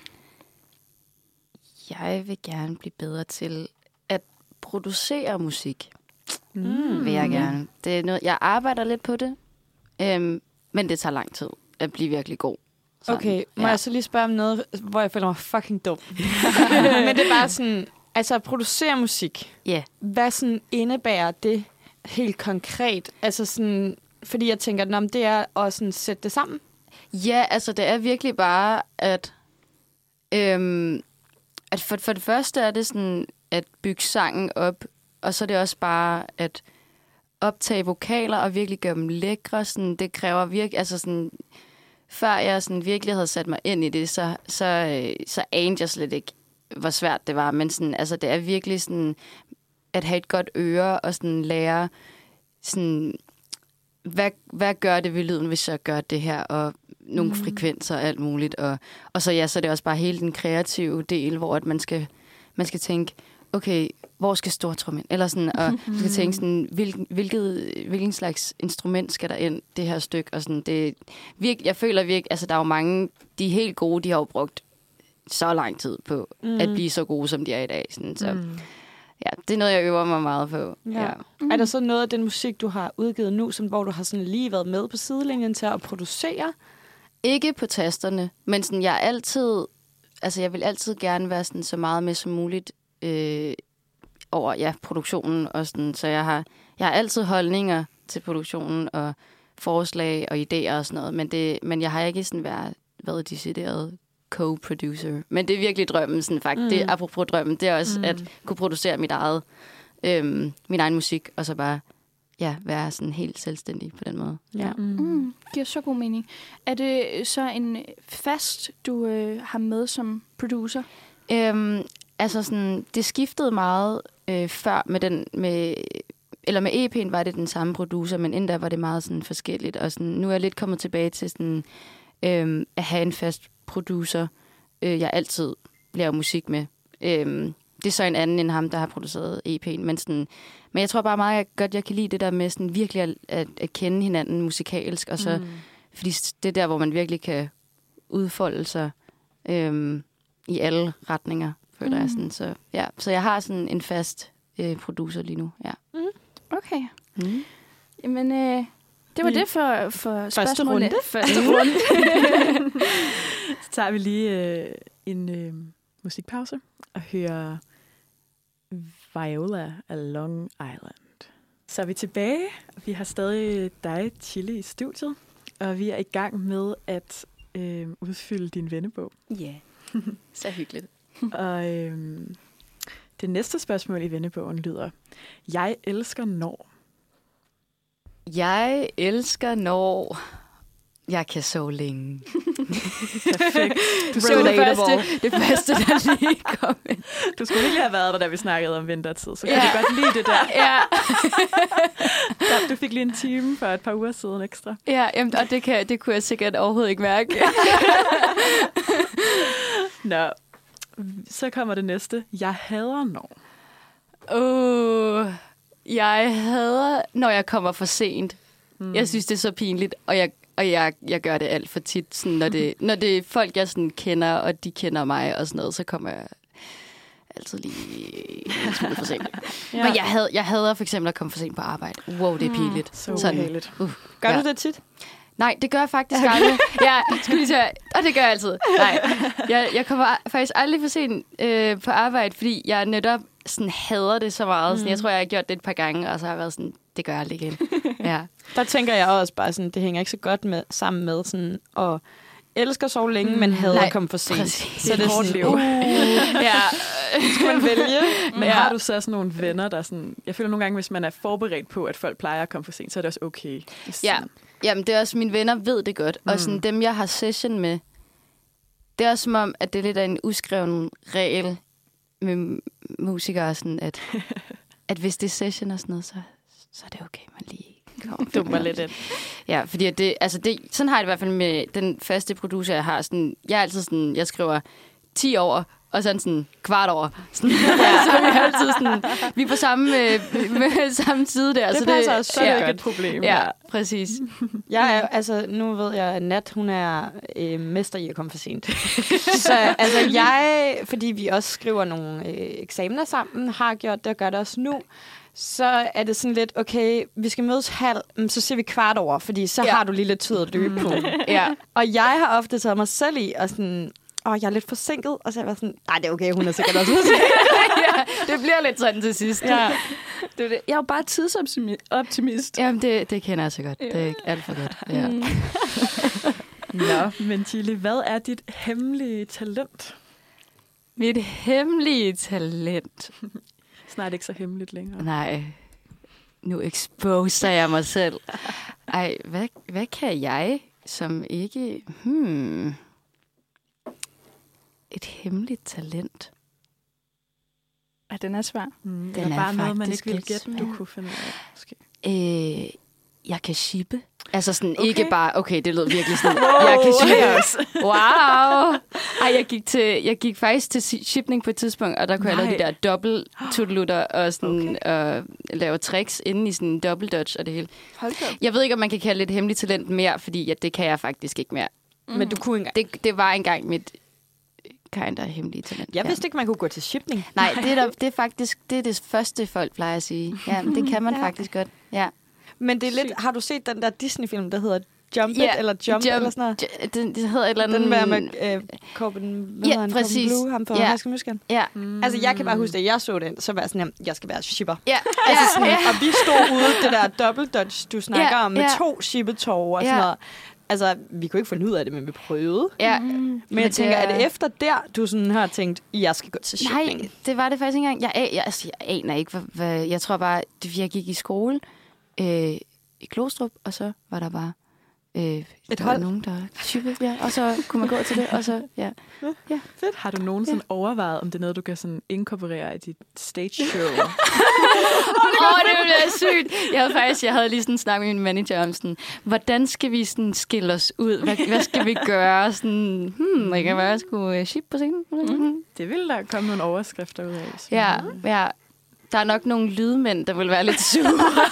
Jeg vil gerne blive bedre til at producere musik. Vil jeg gerne. Det er noget, jeg arbejder lidt på det, men det tager lang tid at blive virkelig god. Sådan. Okay, må jeg så lige spørge om noget, hvor jeg føler mig fucking dum? Men det er bare sådan, altså at producere musik. Yeah. Hvad sådan indebærer det helt konkret? Altså sådan, fordi jeg tænker, det er at sådan sætte det sammen. Ja, altså det er virkelig bare, at for det første er det sådan, at bygge sangen op, og så er det også bare at optage vokaler og virkelig gøre dem lækre. Sådan, det kræver virkelig, altså sådan, før jeg sådan virkelig havde sat mig ind i det, så anede jeg slet ikke, hvor svært det var. Men sådan, altså, det er virkelig sådan, at have et godt øre og sådan lære, sådan, hvad gør det ved lyden, hvis jeg gør det her, og nogle frekvenser og alt muligt. Og så så er det også bare hele den kreative del, hvor at man skal tænke, okay, hvor skal stortrummen? Eller sådan, og man skal tænke sådan, hvilken slags instrument skal der ind, det her stykke? Og sådan, jeg føler virkelig, altså der er jo mange, de er helt gode, de har jo brugt så lang tid på at blive så gode, som de er i dag. Sådan, så ja, det er noget, jeg øver mig meget på. Ja. Er der så noget af den musik, du har udgivet nu, hvor du har sådan lige været med på sidelinjen til at producere? Ikke på tasterne, men sådan, jeg vil altid gerne være sådan, så meget med som muligt over produktionen. Og sådan, så jeg har altid holdninger til produktionen og forslag og idéer og sådan noget, men jeg har ikke sådan været decideret co-producer. Men det er virkelig drømmen, sådan faktisk. Det, apropos drømmen, det er også at kunne producere min egen musik, og så bare være sådan helt selvstændig på den måde. Ja. Giver så god mening. Er det så en fast, du har med som producer? Altså sådan, det skiftede meget før med EP'en var det den samme producer, men inden da var det meget sådan forskelligt. Og sådan, nu er jeg lidt kommet tilbage til sådan, at have en fast producer, jeg altid laver musik med. Det er så en anden end ham, der har produceret EP'en. Men jeg tror bare meget godt, jeg kan lide det der med sådan virkelig at kende hinanden musikalsk. Og så, fordi det er der, hvor man virkelig kan udfolde sig i alle retninger, føler jeg sådan. Så jeg har sådan en fast producer lige nu. Ja. Okay. Jamen, det var det for første runde. Første runde. Så tager vi lige en musikpause og hører Viola af Long Island. Så er vi tilbage, og vi har stadig dig, Chili, i studiet, og vi er i gang med at udfylde din vennebog. Ja, så hyggeligt. Og det næste spørgsmål i vennebogen lyder, jeg elsker når. Jeg elsker når jeg kan sove længe. Perfekt. Det første, der lige kom ind. Du skulle virkelig have været der, da vi snakkede om vintertid, så kan du godt lide det der. Ja. Du fik lige en time for et par uger siden ekstra. Ja, jamen, og det kunne jeg sikkert overhovedet ikke mærke. Nå, så kommer det næste. Jeg hader når. Jeg hader, når jeg kommer for sent. Jeg synes, det er så pinligt, og jeg gør det alt for tit. Sådan, når det er folk, jeg sådan kender, og de kender mig og sådan noget, så kommer jeg altid lige en smule for sent. Ja. Men jeg hader for eksempel at komme for sent på arbejde. Wow, det er pinligt. Så ubehageligt. Gør du det tit? Nej, det gør jeg faktisk aldrig. Ja, skulle lige sige, og det gør jeg altid. Nej, jeg kommer faktisk aldrig for sent på arbejde, fordi jeg netop sådan hader det så meget. Sådan, jeg tror, jeg har gjort det et par gange, og så har jeg været sådan, det gør jeg aldrig igen. Ja. Der tænker jeg også bare sådan, det hænger ikke så godt sammen med sådan at elsker at sove længe, men hader at komme for sent. Præcis. Så det er hårdt liv. Ja, skal man vælge. Men har du så sådan nogle venner, der sådan... Jeg føler nogle gange, hvis man er forberedt på, at folk plejer at komme for sent, så er det også okay. Ja, jamen det er også, mine venner ved det godt. Og sådan dem, jeg har session med, det er også som om, at det er lidt af en uskreven regel med musikere, sådan at hvis det er session og sådan noget, så er det okay, man lige dummer lidt ind. Ja, fordi sådan har jeg det i hvert fald med den faste producer, jeg har. Sådan, jeg er altid sådan, jeg skriver 10 over, og sådan kvart over. Sådan, så er vi altid sådan, vi er på samme side der. Det passer også så ikke et problem. Ja, præcis. Nu ved jeg, at Nat, hun er mester i at komme for sent. Så fordi vi også skriver nogle eksamener sammen, har gjort det og gør det også nu, så er det sådan lidt, okay, vi skal mødes halv, så siger vi kvart over, fordi så har du lige lidt tid at løbe på. Ja. Og jeg har ofte taget mig selv i, og sådan, jeg er lidt forsinket, og så er jeg sådan, nej, det er okay, hun er sikkert også forsinket. Ja, det bliver lidt sådan til sidst. Ja. Jeg er jo bare tidsoptimist. Jamen, det kender jeg så godt. Det er alt for godt. Ja. Nå, men Chili, hvad er dit hemmelige talent? Mit hemmelige talent? Snart ikke så hemmeligt længere. Nej, nu exposer jeg mig selv. Ej, hvad kan jeg, som ikke... Et hemmeligt talent? Ja, den er svær. Den er bare noget, man ikke ville gætte, du kunne finde ud af. Måske. Jeg kan shippe. Altså sådan ikke bare, okay, det lød virkelig sådan, jeg kan shippe også. Wow! Ej, jeg gik faktisk til shipning på et tidspunkt, og der kunne jeg lave de der dobbelt-tuttelutter og sådan lave tricks inde i sådan en double-dutch og det hele. Jeg ved ikke, om man kan kalde det et hemmeligt talent mere, fordi det kan jeg faktisk ikke mere. Men du kunne engang. Det var engang mit kind of hemmelige talent. Jeg vidste ikke, man kunne gå til shipning. Nej, det er faktisk det første, folk plejer at sige. Ja, men det kan man faktisk godt. Ja. Men det er lidt, har du set den der Disney-film, der hedder Jump It, eller Jump eller sådan noget? Det hedder et eller andet... Den med Corbin Blue, ham på High School Musical. Ja. Altså, jeg kan bare huske, at jeg så den, så var jeg sådan, jeg skal være shipper. Ja. Og vi stod ude, det der double dutch, du snakker om, med 2 shippetår og sådan noget. Altså, vi kunne ikke finde ud af det, men vi prøvede. Ja. Men jeg tænker, er det efter der, du sådan har tænkt, jeg skal gå til shipping? Nej, det var det faktisk ikke engang. Jeg aner ikke, hvad... Jeg tror bare, jeg gik i skole i Glostrup, og så var der bare et hold. Nogen, der shippede, og så kunne man gå til det, og så, ja. Fedt. Har du nogensinde overvejet, om det er noget, du kan sådan inkorporere i dit stage show? Det ville være sygt. Jeg havde lige sådan en snak med min manager om sådan, hvordan skal vi sådan skille os ud? Hvad skal vi gøre? Sådan, det kan være, at jeg skulle ship på scenen. Det ville der komme nogle overskrifter ud af. Ja. Der er nok nogle lydmænd, der vil være lidt sure.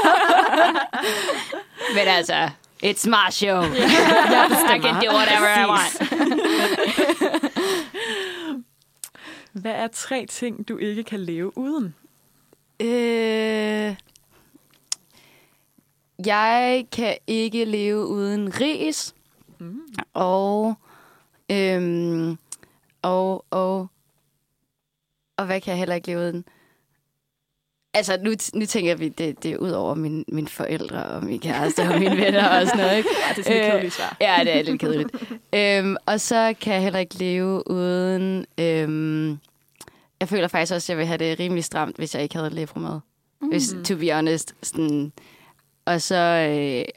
Men altså, it's my show. I can do whatever I want. Hvad er 3 ting, du ikke kan leve uden? Jeg kan ikke leve uden ris. Og hvad kan jeg heller ikke leve uden? Altså, nu tænker vi, det er ud over mine forældre og min kæreste og mine venner og sådan noget, ikke? Ja, det er sådan lidt kedeligt svar. Ja, det er lidt kedeligt. Og så kan jeg heller ikke leve uden... jeg føler faktisk også, at jeg vil have det rimelig stramt, hvis jeg ikke havde levermad. Hvis, to be honest. Sådan. Og så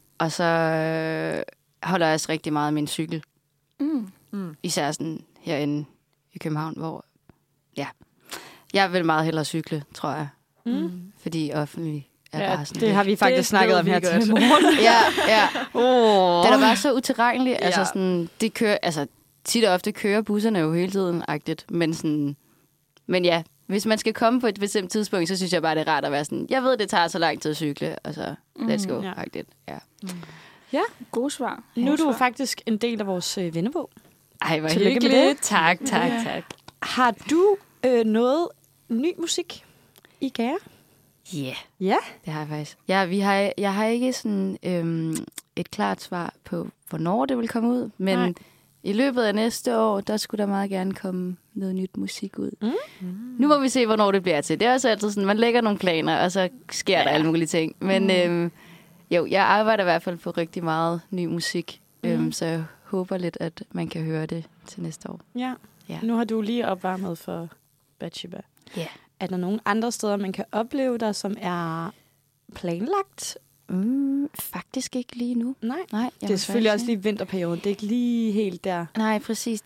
holder jeg også rigtig meget af min cykel. Især sådan herinde i København, hvor... Ja, jeg vil meget hellere cykle, tror jeg. Fordi offentlig er bare sådan det har vi faktisk snakket om her til morgen. Ja. Det er bare så utilregneligt. Ja. Altså sådan, det kører, altså tit og ofte kører busserne jo hele tiden, agtigt. Men ja, hvis man skal komme på et bestemt tidspunkt, så synes jeg bare, det er rart at være sådan, jeg ved, det tager så lang tid at cykle, og så let's go, agtigt. Ja, god svar. Nu er du faktisk en del af vores vennebog. Ej, hvor hyggeligt. Tak. Har du noget ny musik i gære? Ja, det har jeg faktisk. Ja, jeg har ikke sådan et klart svar på, hvornår det vil komme ud, men i løbet af næste år, der skulle der meget gerne komme noget nyt musik ud. Nu må vi se, hvornår det bliver til. Det er også altid sådan, man lægger nogle planer, og så sker der alle mulige ting. Men jeg arbejder i hvert fald på rigtig meget ny musik, så jeg håber lidt, at man kan høre det til næste år. Ja. Nu har du lige opvarmet for Bathsheba. Ja. Er der nogle andre steder, man kan opleve dig, som er planlagt? faktisk ikke lige nu. Nej. Nej, Det er selvfølgelig også lige vinterperioden. Det er ikke lige helt der. Nej, præcis.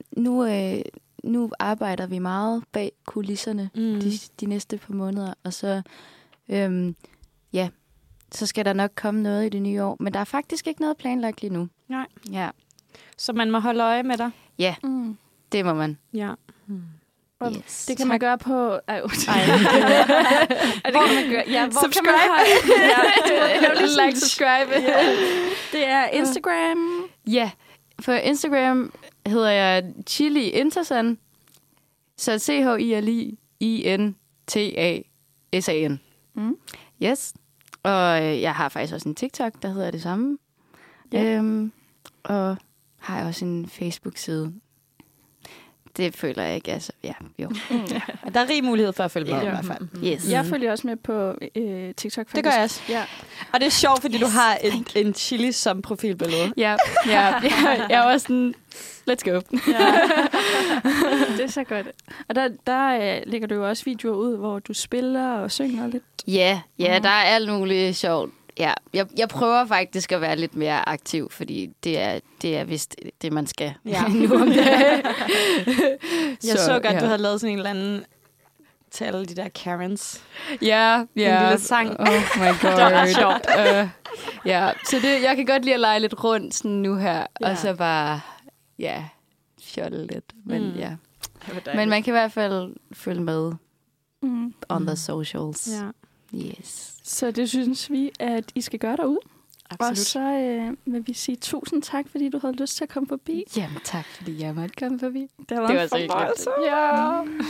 Nu arbejder vi meget bag kulisserne de næste par måneder, og så, så skal der nok komme noget i det nye år. Men der er faktisk ikke noget planlagt lige nu. Nej. Ja. Så man må holde øje med dig. Ja, det må man. Ja. Yes. Det kan man gøre på... Hvor kan Subscribe. Like, subscribe. Det er Instagram. Ja, på Instagram hedder jeg Chili Intasan. Så CHILIINTASAN. Yes. Og jeg har faktisk også en TikTok, der hedder det samme. Ja. Og har også en Facebook-side. Det føler jeg ikke, altså. Ja, jo. Der er rig mulighed for at følge med i hvert fald. Yes. Jeg følger også med på TikTok, faktisk. Det gør jeg også. Ja. Og det er sjovt, fordi du har en chili som profilbillede. Ja. Jeg er også sådan, let's go. Det er så godt. Og der lægger du jo også videoer ud, hvor du spiller og synger lidt. Ja, der er alt muligt sjovt. Ja, jeg prøver faktisk at være lidt mere aktiv, fordi det er vist det, man skal nu om det. Jeg så godt, du havde lavet sådan en eller anden til alle de der Karens. Ja. En lille sang. Oh my god. Det var sjovt. Så jeg kan godt lide at lege lidt rundt sådan nu her, og så bare, fjolle lidt. Men men man kan i hvert fald følge med on the socials. Ja. Yes. Så det synes vi, at I skal gøre derude. Absolut. Og så vil vi sige tusind tak, fordi du havde lyst til at komme forbi. Jamen tak, fordi jeg måtte komme forbi. Det var en fornøjelse. Ja.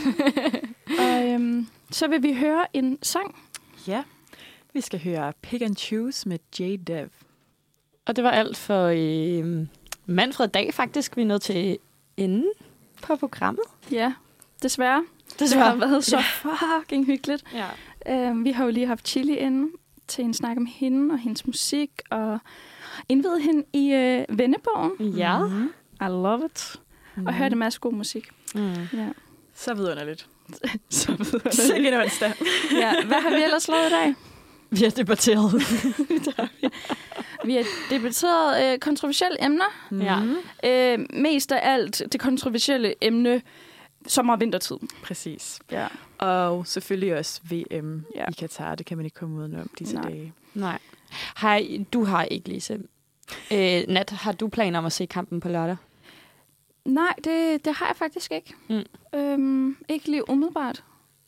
Og så vil vi høre en sang. Ja, vi skal høre Pick and Choose med J-Dev. Og det var alt for Manfred Dag, faktisk. Vi er nødt til enden på programmet. Ja, desværre. Det har været så fucking hyggeligt. Ja. Vi har jo lige haft Chili inde til en snak om hende og hendes musik, og indvidet hende i Vennebogen. Ja. I love it. Og hørte en masse god musik. Ja. Så vidunderligt. Så Sikke en onsdag. Ja. Hvad har vi ellers lavet i dag? Vi har debatteret. Vi har debatteret kontroversielle emner. Ja. Mest af alt det kontroversielle emne sommer- og vintertid. Præcis. Ja. Og selvfølgelig også VM i Katar. Det kan man ikke komme udenom disse dage. Nej. Du har ikke, Lise. Nat, har du planer om at se kampen på lørdag? Nej, det har jeg faktisk ikke. Ikke lige umiddelbart.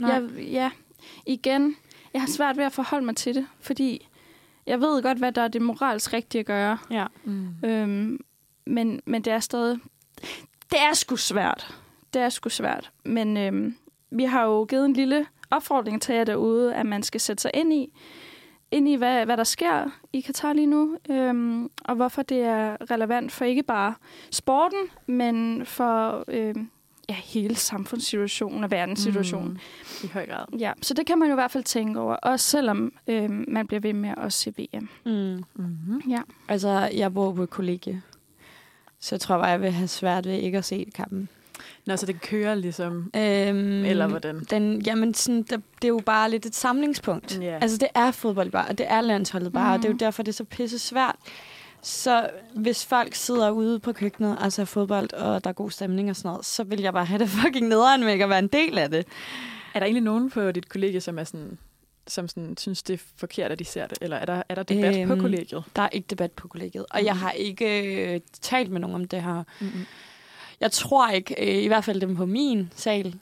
Igen, jeg har svært ved at forholde mig til det, fordi jeg ved godt, hvad der er det moralsk rigtige at gøre. Ja. Men det er stadig... Det er sgu svært. Det er sgu svært. Men vi har jo givet en lille opfordring til jer derude, at man skal sætte sig ind i hvad der sker i Katar lige nu, og hvorfor det er relevant for ikke bare sporten, men for hele samfundssituationen og verdenssituationen. I høj grad. Ja, så det kan man jo i hvert fald tænke over, også selvom man bliver ved med at se VM. Ja. Altså, jeg bor på et kollegie, så jeg tror bare, jeg vil have svært ved ikke at se kampen. Nå, så det kører ligesom, eller hvordan? Det er jo bare lidt et samlingspunkt. Yeah. Altså, det er fodbold bare, og det er landsholdet bare, og det er jo derfor, det er så pisse svært. Så hvis folk sidder ude på køkkenet og ser fodbold, og der er god stemning og sådan noget, så vil jeg bare have det fucking nederen med ikke at være en del af det. Er der egentlig nogen på dit kollegie, som er sådan, synes, det er forkert, at de ser det? Eller er der debat på kollegiet? Der er ikke debat på kollegiet, og jeg har ikke talt med nogen om det her. Jeg tror ikke, i hvert fald dem på min sal,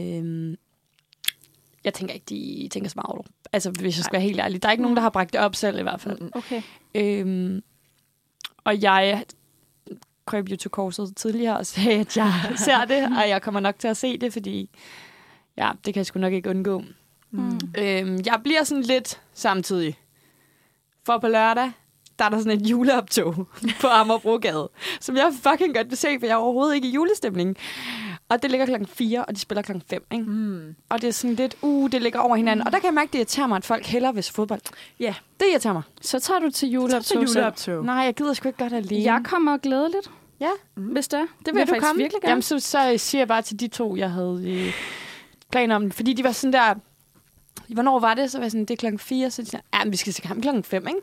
jeg tænker ikke, de tænker så meget over det. Altså, hvis jeg skal være helt ærlig. Der er ikke nogen, der har bragt det op selv, i hvert fald. Okay. Og jeg krøb jo til korset tidligere og sagde, at jeg ser det, og jeg kommer nok til at se det, fordi det kan jeg sgu nok ikke undgå. Jeg bliver sådan lidt samtidig. For på lørdag, der er der sådan et juleoptog på Amagerbrogade, som jeg fucking godt vil se, for jeg er overhovedet ikke i julestemning. Og det ligger 4:00, og de spiller 5:00, ikke? Og det er sådan lidt, det ligger over hinanden. Og der kan jeg mærke, det irriterer mig, at folk hellere vil se fodbold. Ja, det irriterer mig. Så tager du til juleoptog. Nej, jeg gider sgu ikke godt alene. Jeg kommer glædeligt. Ja. Hvis det er. Det vil jeg faktisk virkelig gerne. Jamen, så siger jeg bare til de to, jeg havde planer om. Fordi de var sådan der, hvornår var det? Så var jeg sådan, det er 4:00, så de sagde, vi skal se kamp 5:00, ikke?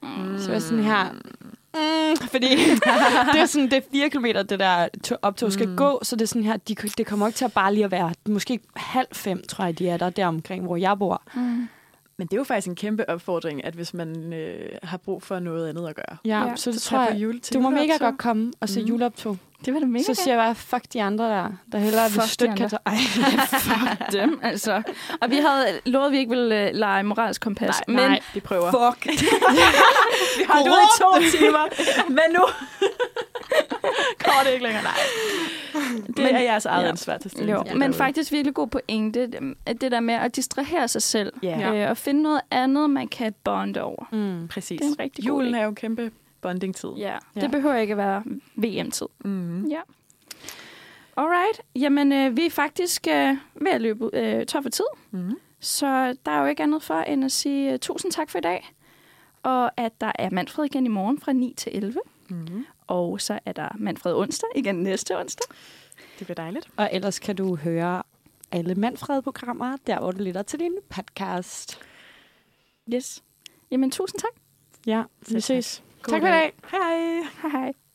Så er sådan her... fordi det er sådan, det er 4 kilometer, det der optog skal gå, så det er sådan her, det kommer ikke til at bare lige at være, måske 4:30, tror jeg, de er der omkring, hvor jeg bor. Men det er jo faktisk en kæmpe opfordring, at hvis man har brug for noget andet at gøre. Ja, så det tror jeg, du må mega godt komme og se juleoptog. Det var det mega. Så siger jeg bare, fuck de andre der hellere vil støtte kan tage. Fuck dem, altså. Og vi havde lovet, at vi ikke ville lege moralsk kompas. Nej, vi prøver. Fuck. Vi har det ud i 2 timer, men nu kommer det ikke længere. Nej. Det er jeres eget ansvar til stedet. Men faktisk virkelig god pointe, det der med at distrahere sig selv. Og finde noget andet, man kan bonde over. Præcis. Det er en rigtig god Julen er jo en kæmpe bonding-tid. Ja, det behøver ikke at være VM-tid. Ja. Alright. Jamen, vi er faktisk ved at løbe tør for tid. Så der er jo ikke andet for, end at sige tusind tak for i dag. Og at der er Manfred igen i morgen fra 9 til 11. Og så er der Manfred onsdag igen næste onsdag. Det bliver dejligt. Og ellers kan du høre alle Manfred-programmer, der hvor du lytter til din podcast. Yes. Jamen, tusind tak. Ja, vi ses. Tak for i dag. Hej. Hej hej.